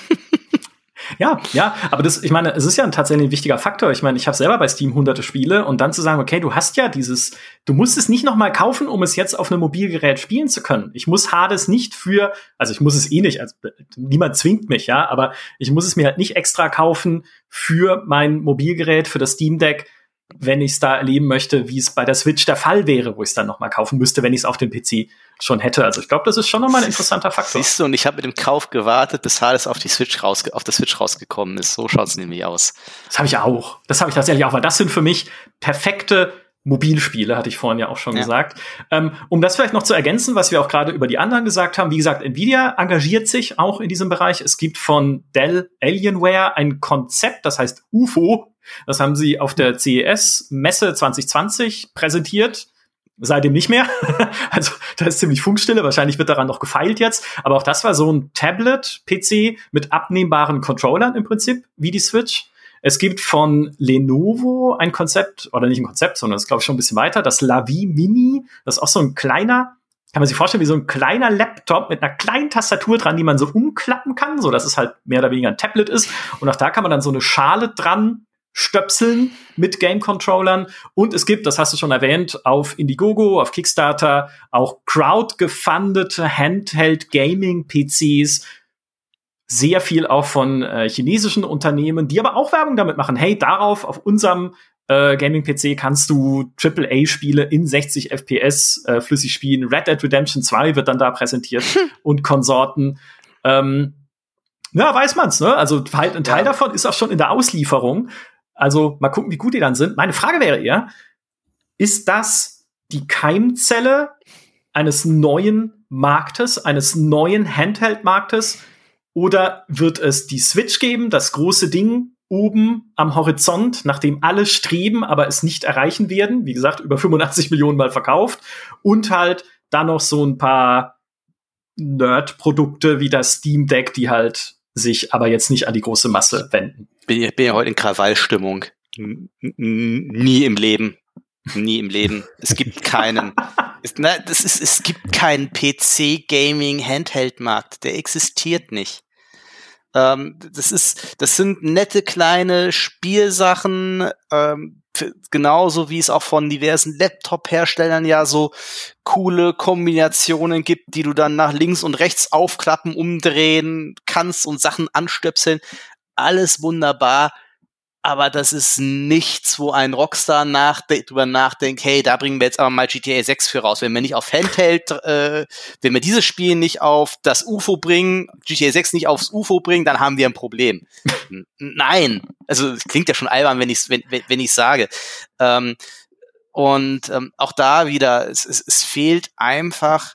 Ja, ja, aber das, ich meine, es ist ja ein tatsächlich ein wichtiger Faktor. Ich meine, ich habe selber bei Steam hunderte Spiele und dann zu sagen, okay, du hast ja dieses, du musst es nicht nochmal kaufen, um es jetzt auf einem Mobilgerät spielen zu können. Ich muss Hades nicht für, also ich muss es eh nicht, also niemand zwingt mich, ja, aber ich muss es mir halt nicht extra kaufen für mein Mobilgerät, für das Steam Deck, wenn ich es da erleben möchte, wie es bei der Switch der Fall wäre, wo ich es dann nochmal kaufen müsste, wenn ich es auf dem P C schon hätte. Also ich glaube, das ist schon nochmal ein interessanter Faktor. Siehst du, und ich habe mit dem Kauf gewartet, bis Hades auf die Switch rausge- auf der Switch rausgekommen ist. So schaut es nämlich aus. Das habe ich auch. Das habe ich tatsächlich auch, weil das sind für mich perfekte Mobilspiele, hatte ich vorhin ja auch schon ja. gesagt. Ähm, um das vielleicht noch zu ergänzen, was wir auch gerade über die anderen gesagt haben. Wie gesagt, Nvidia engagiert sich auch in diesem Bereich. Es gibt von Dell Alienware ein Konzept, das heißt U F O. Das haben sie auf der C E S-Messe zwanzig zwanzig präsentiert. Seitdem nicht mehr. Also da ist ziemlich Funkstille. Wahrscheinlich wird daran noch gefeilt jetzt. Aber auch das war so ein Tablet-P C mit abnehmbaren Controllern im Prinzip, wie die Switch. Es gibt von Lenovo ein Konzept, oder nicht ein Konzept, sondern das ist, glaube ich, schon ein bisschen weiter, das Lavi Mini. Das ist auch so ein kleiner, kann man sich vorstellen, wie so ein kleiner Laptop mit einer kleinen Tastatur dran, die man so umklappen kann, so dass es halt mehr oder weniger ein Tablet ist. Und auch da kann man dann so eine Schale dran stöpseln mit Game-Controllern. Und es gibt, das hast du schon erwähnt, auf Indiegogo, auf Kickstarter auch crowdgefundete Handheld-Gaming-P Cs. Sehr viel auch von äh, chinesischen Unternehmen, die aber auch Werbung damit machen. Hey, darauf, auf unserem äh, Gaming-P C kannst du Triple A Spiele in sechzig F P S äh, flüssig spielen. Red Dead Redemption zwei wird dann da präsentiert und Konsorten. Ähm, ja, weiß man's, ne? Also ein Teil ja. davon ist auch schon in der Auslieferung. Also mal gucken, wie gut die dann sind. Meine Frage wäre eher, ist das die Keimzelle eines neuen Marktes, eines neuen Handheld-Marktes? Oder wird es die Switch geben, das große Ding oben am Horizont, nach dem alle streben, aber es nicht erreichen werden? Wie gesagt, über fünfundachtzig Millionen Mal verkauft. Und halt dann noch so ein paar Nerd-Produkte wie das Steam Deck, die halt sich aber jetzt nicht an die große Masse wenden. Ich bin ja heute in Krawallstimmung. N- n- nie im Leben. Nie im Leben. Es gibt keinen. es, na, das ist, es gibt keinen P C-Gaming-Handheld-Markt. Der existiert nicht. Ähm, das ist, das sind nette kleine Spielsachen, ähm, für, genauso wie es auch von diversen Laptop-Herstellern ja so coole Kombinationen gibt, die du dann nach links und rechts aufklappen, umdrehen kannst und Sachen anstöpseln. Alles wunderbar, aber das ist nichts, wo ein Rockstar nachde- drüber nachdenkt, hey, da bringen wir jetzt aber mal G T A sechs für raus. Wenn wir nicht auf Handheld, äh, wenn wir dieses Spiel nicht auf das U F O bringen, G T A sechs nicht aufs U F O bringen, dann haben wir ein Problem. N- Nein, also es klingt ja schon albern, wenn ich wenn, wenn ich sage. Ähm, und ähm, auch da wieder, es, es, es fehlt einfach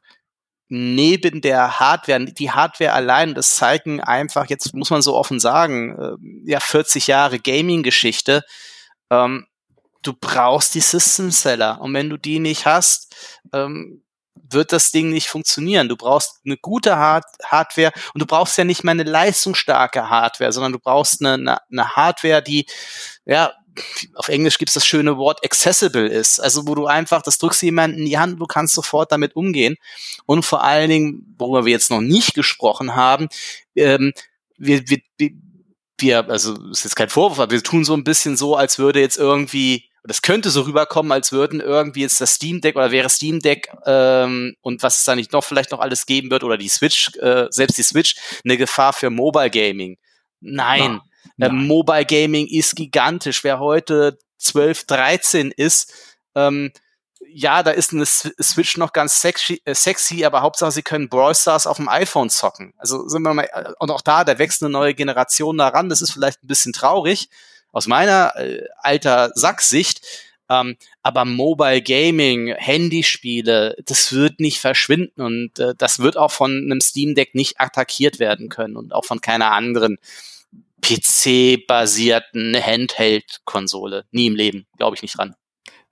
neben der Hardware, die Hardware allein, das zeigen einfach, jetzt muss man so offen sagen, äh, ja, vierzig Jahre Gaming-Geschichte, ähm, du brauchst die System-Seller und wenn du die nicht hast, ähm, wird das Ding nicht funktionieren. Du brauchst eine gute Hard- Hardware und du brauchst ja nicht mehr eine leistungsstarke Hardware, sondern du brauchst eine, eine, eine Hardware, die, ja, auf Englisch gibt's das schöne Wort accessible ist, also wo du einfach, das drückst du jemanden in die Hand, du kannst sofort damit umgehen und vor allen Dingen, worüber wir jetzt noch nicht gesprochen haben, ähm, wir, wir, wir, also das ist jetzt kein Vorwurf, aber wir tun so ein bisschen so, als würde jetzt irgendwie, das könnte so rüberkommen, als würden irgendwie jetzt das Steam Deck oder wäre Steam Deck ähm, und was es da nicht noch vielleicht noch alles geben wird oder die Switch, äh, selbst die Switch, eine Gefahr für Mobile Gaming. Nein. Ja. Ähm, Mobile Gaming ist gigantisch. Wer heute zwölf, dreizehn ist, ähm, ja, da ist eine Switch noch ganz sexy, äh, sexy, aber Hauptsache, sie können Brawl Stars auf dem iPhone zocken. Also sind wir mal, und auch da, da wächst eine neue Generation daran. Das ist vielleicht ein bisschen traurig aus meiner äh, alter Sack-Sicht. Ähm, aber Mobile Gaming, Handyspiele, das wird nicht verschwinden und äh, das wird auch von einem Steam Deck nicht attackiert werden können und auch von keiner anderen P C-basierten Handheld-Konsole. Nie im Leben, glaube ich nicht dran.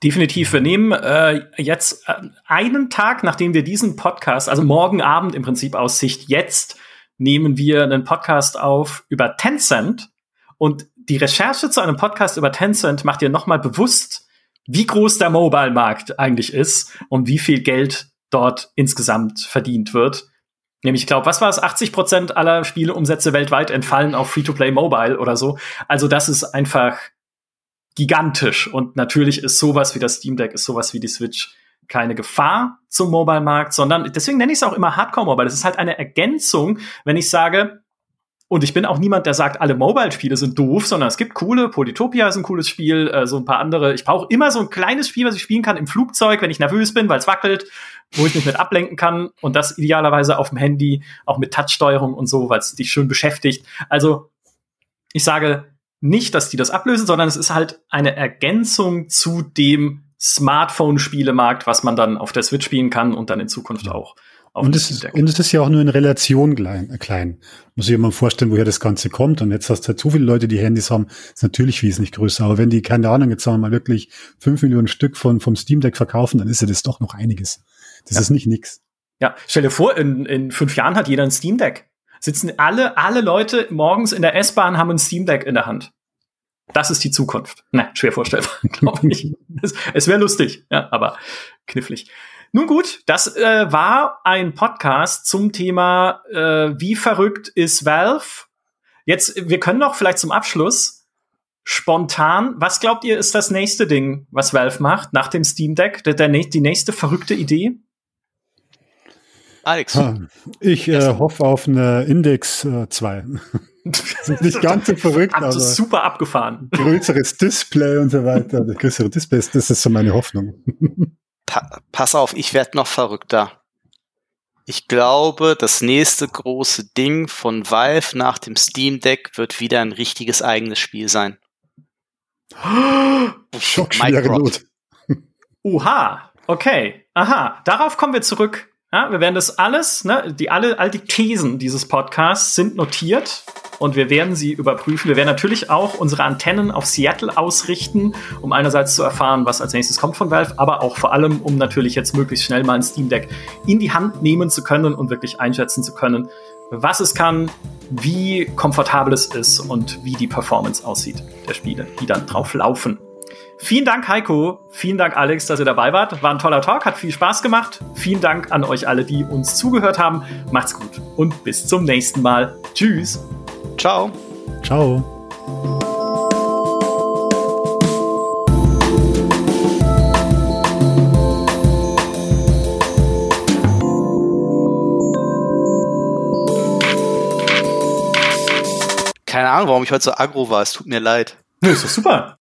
Definitiv. Wir nehmen äh, jetzt äh, einen Tag, nachdem wir diesen Podcast, also morgen Abend im Prinzip aus Sicht jetzt, nehmen wir einen Podcast auf über Tencent. Und die Recherche zu einem Podcast über Tencent macht dir nochmal bewusst, wie groß der Mobile-Markt eigentlich ist und wie viel Geld dort insgesamt verdient wird. Nämlich, ich glaube, was war es? achtzig Prozent aller Spieleumsätze weltweit entfallen auf Free-to-Play Mobile oder so. Also das ist einfach gigantisch. Und natürlich ist sowas wie das Steam Deck, ist sowas wie die Switch keine Gefahr zum Mobile-Markt, sondern deswegen nenne ich es auch immer Hardcore-Mobile. Das ist halt eine Ergänzung, wenn ich sage, und ich bin auch niemand, der sagt, alle Mobile-Spiele sind doof, sondern es gibt coole, Polytopia ist ein cooles Spiel, äh, so ein paar andere. Ich brauche immer so ein kleines Spiel, was ich spielen kann im Flugzeug, wenn ich nervös bin, weil es wackelt, wo ich mich mit ablenken kann und das idealerweise auf dem Handy, auch mit Touchsteuerung und so, weil es dich schön beschäftigt. Also ich sage nicht, dass die das ablösen, sondern es ist halt eine Ergänzung zu dem Smartphone-Spielemarkt, was man dann auf der Switch spielen kann und dann in Zukunft auch auf und dem es, Steam Deck. Und es ist ja auch nur in Relation klein, klein. Muss ich mir mal vorstellen, woher das Ganze kommt. Und jetzt hast du halt so viele Leute, die Handys haben, ist natürlich wesentlich größer. Aber wenn die, keine Ahnung, jetzt sagen wir mal wirklich fünf Millionen Stück von, vom Steam Deck verkaufen, dann ist ja das doch noch einiges. Das ja. ist nicht nix. Ja, stell dir vor, in, in fünf Jahren hat jeder ein Steam Deck. Sitzen alle, alle Leute morgens in der S-Bahn, haben ein Steam Deck in der Hand. Das ist die Zukunft. Ne, schwer vorstellbar, glaube ich. es es wäre lustig, ja, aber knifflig. Nun gut, das äh, war ein Podcast zum Thema, äh, wie verrückt ist Valve? Jetzt, wir können noch vielleicht zum Abschluss spontan, was glaubt ihr, ist das nächste Ding, was Valve macht nach dem Steam Deck? Der, der, die nächste verrückte Idee? Alex. Ha, ich äh, hoffe auf eine Index äh, zwei. Das ist nicht ganz so verrückt, aber aber super abgefahren. Größeres Display und so weiter. Größere Displays, das ist so meine Hoffnung. Pa- pass auf, ich werde noch verrückter. Ich glaube, das nächste große Ding von Valve nach dem Steam Deck wird wieder ein richtiges eigenes Spiel sein. Schockschwere Not. Oha, okay. Aha, darauf kommen wir zurück. Ja, wir werden das alles, ne, die alle, all die Thesen dieses Podcasts sind notiert und wir werden sie überprüfen. Wir werden natürlich auch unsere Antennen auf Seattle ausrichten, um einerseits zu erfahren, was als nächstes kommt von Valve, aber auch vor allem, um natürlich jetzt möglichst schnell mal ein Steam Deck in die Hand nehmen zu können und wirklich einschätzen zu können, was es kann, wie komfortabel es ist und wie die Performance aussieht der Spiele, die dann drauf laufen. Vielen Dank, Heiko. Vielen Dank, Alex, dass ihr dabei wart. War ein toller Talk, hat viel Spaß gemacht. Vielen Dank an euch alle, die uns zugehört haben. Macht's gut und bis zum nächsten Mal. Tschüss. Ciao. Ciao. Keine Ahnung, warum ich heute so aggro war. Es tut mir leid. Nö, ist doch super.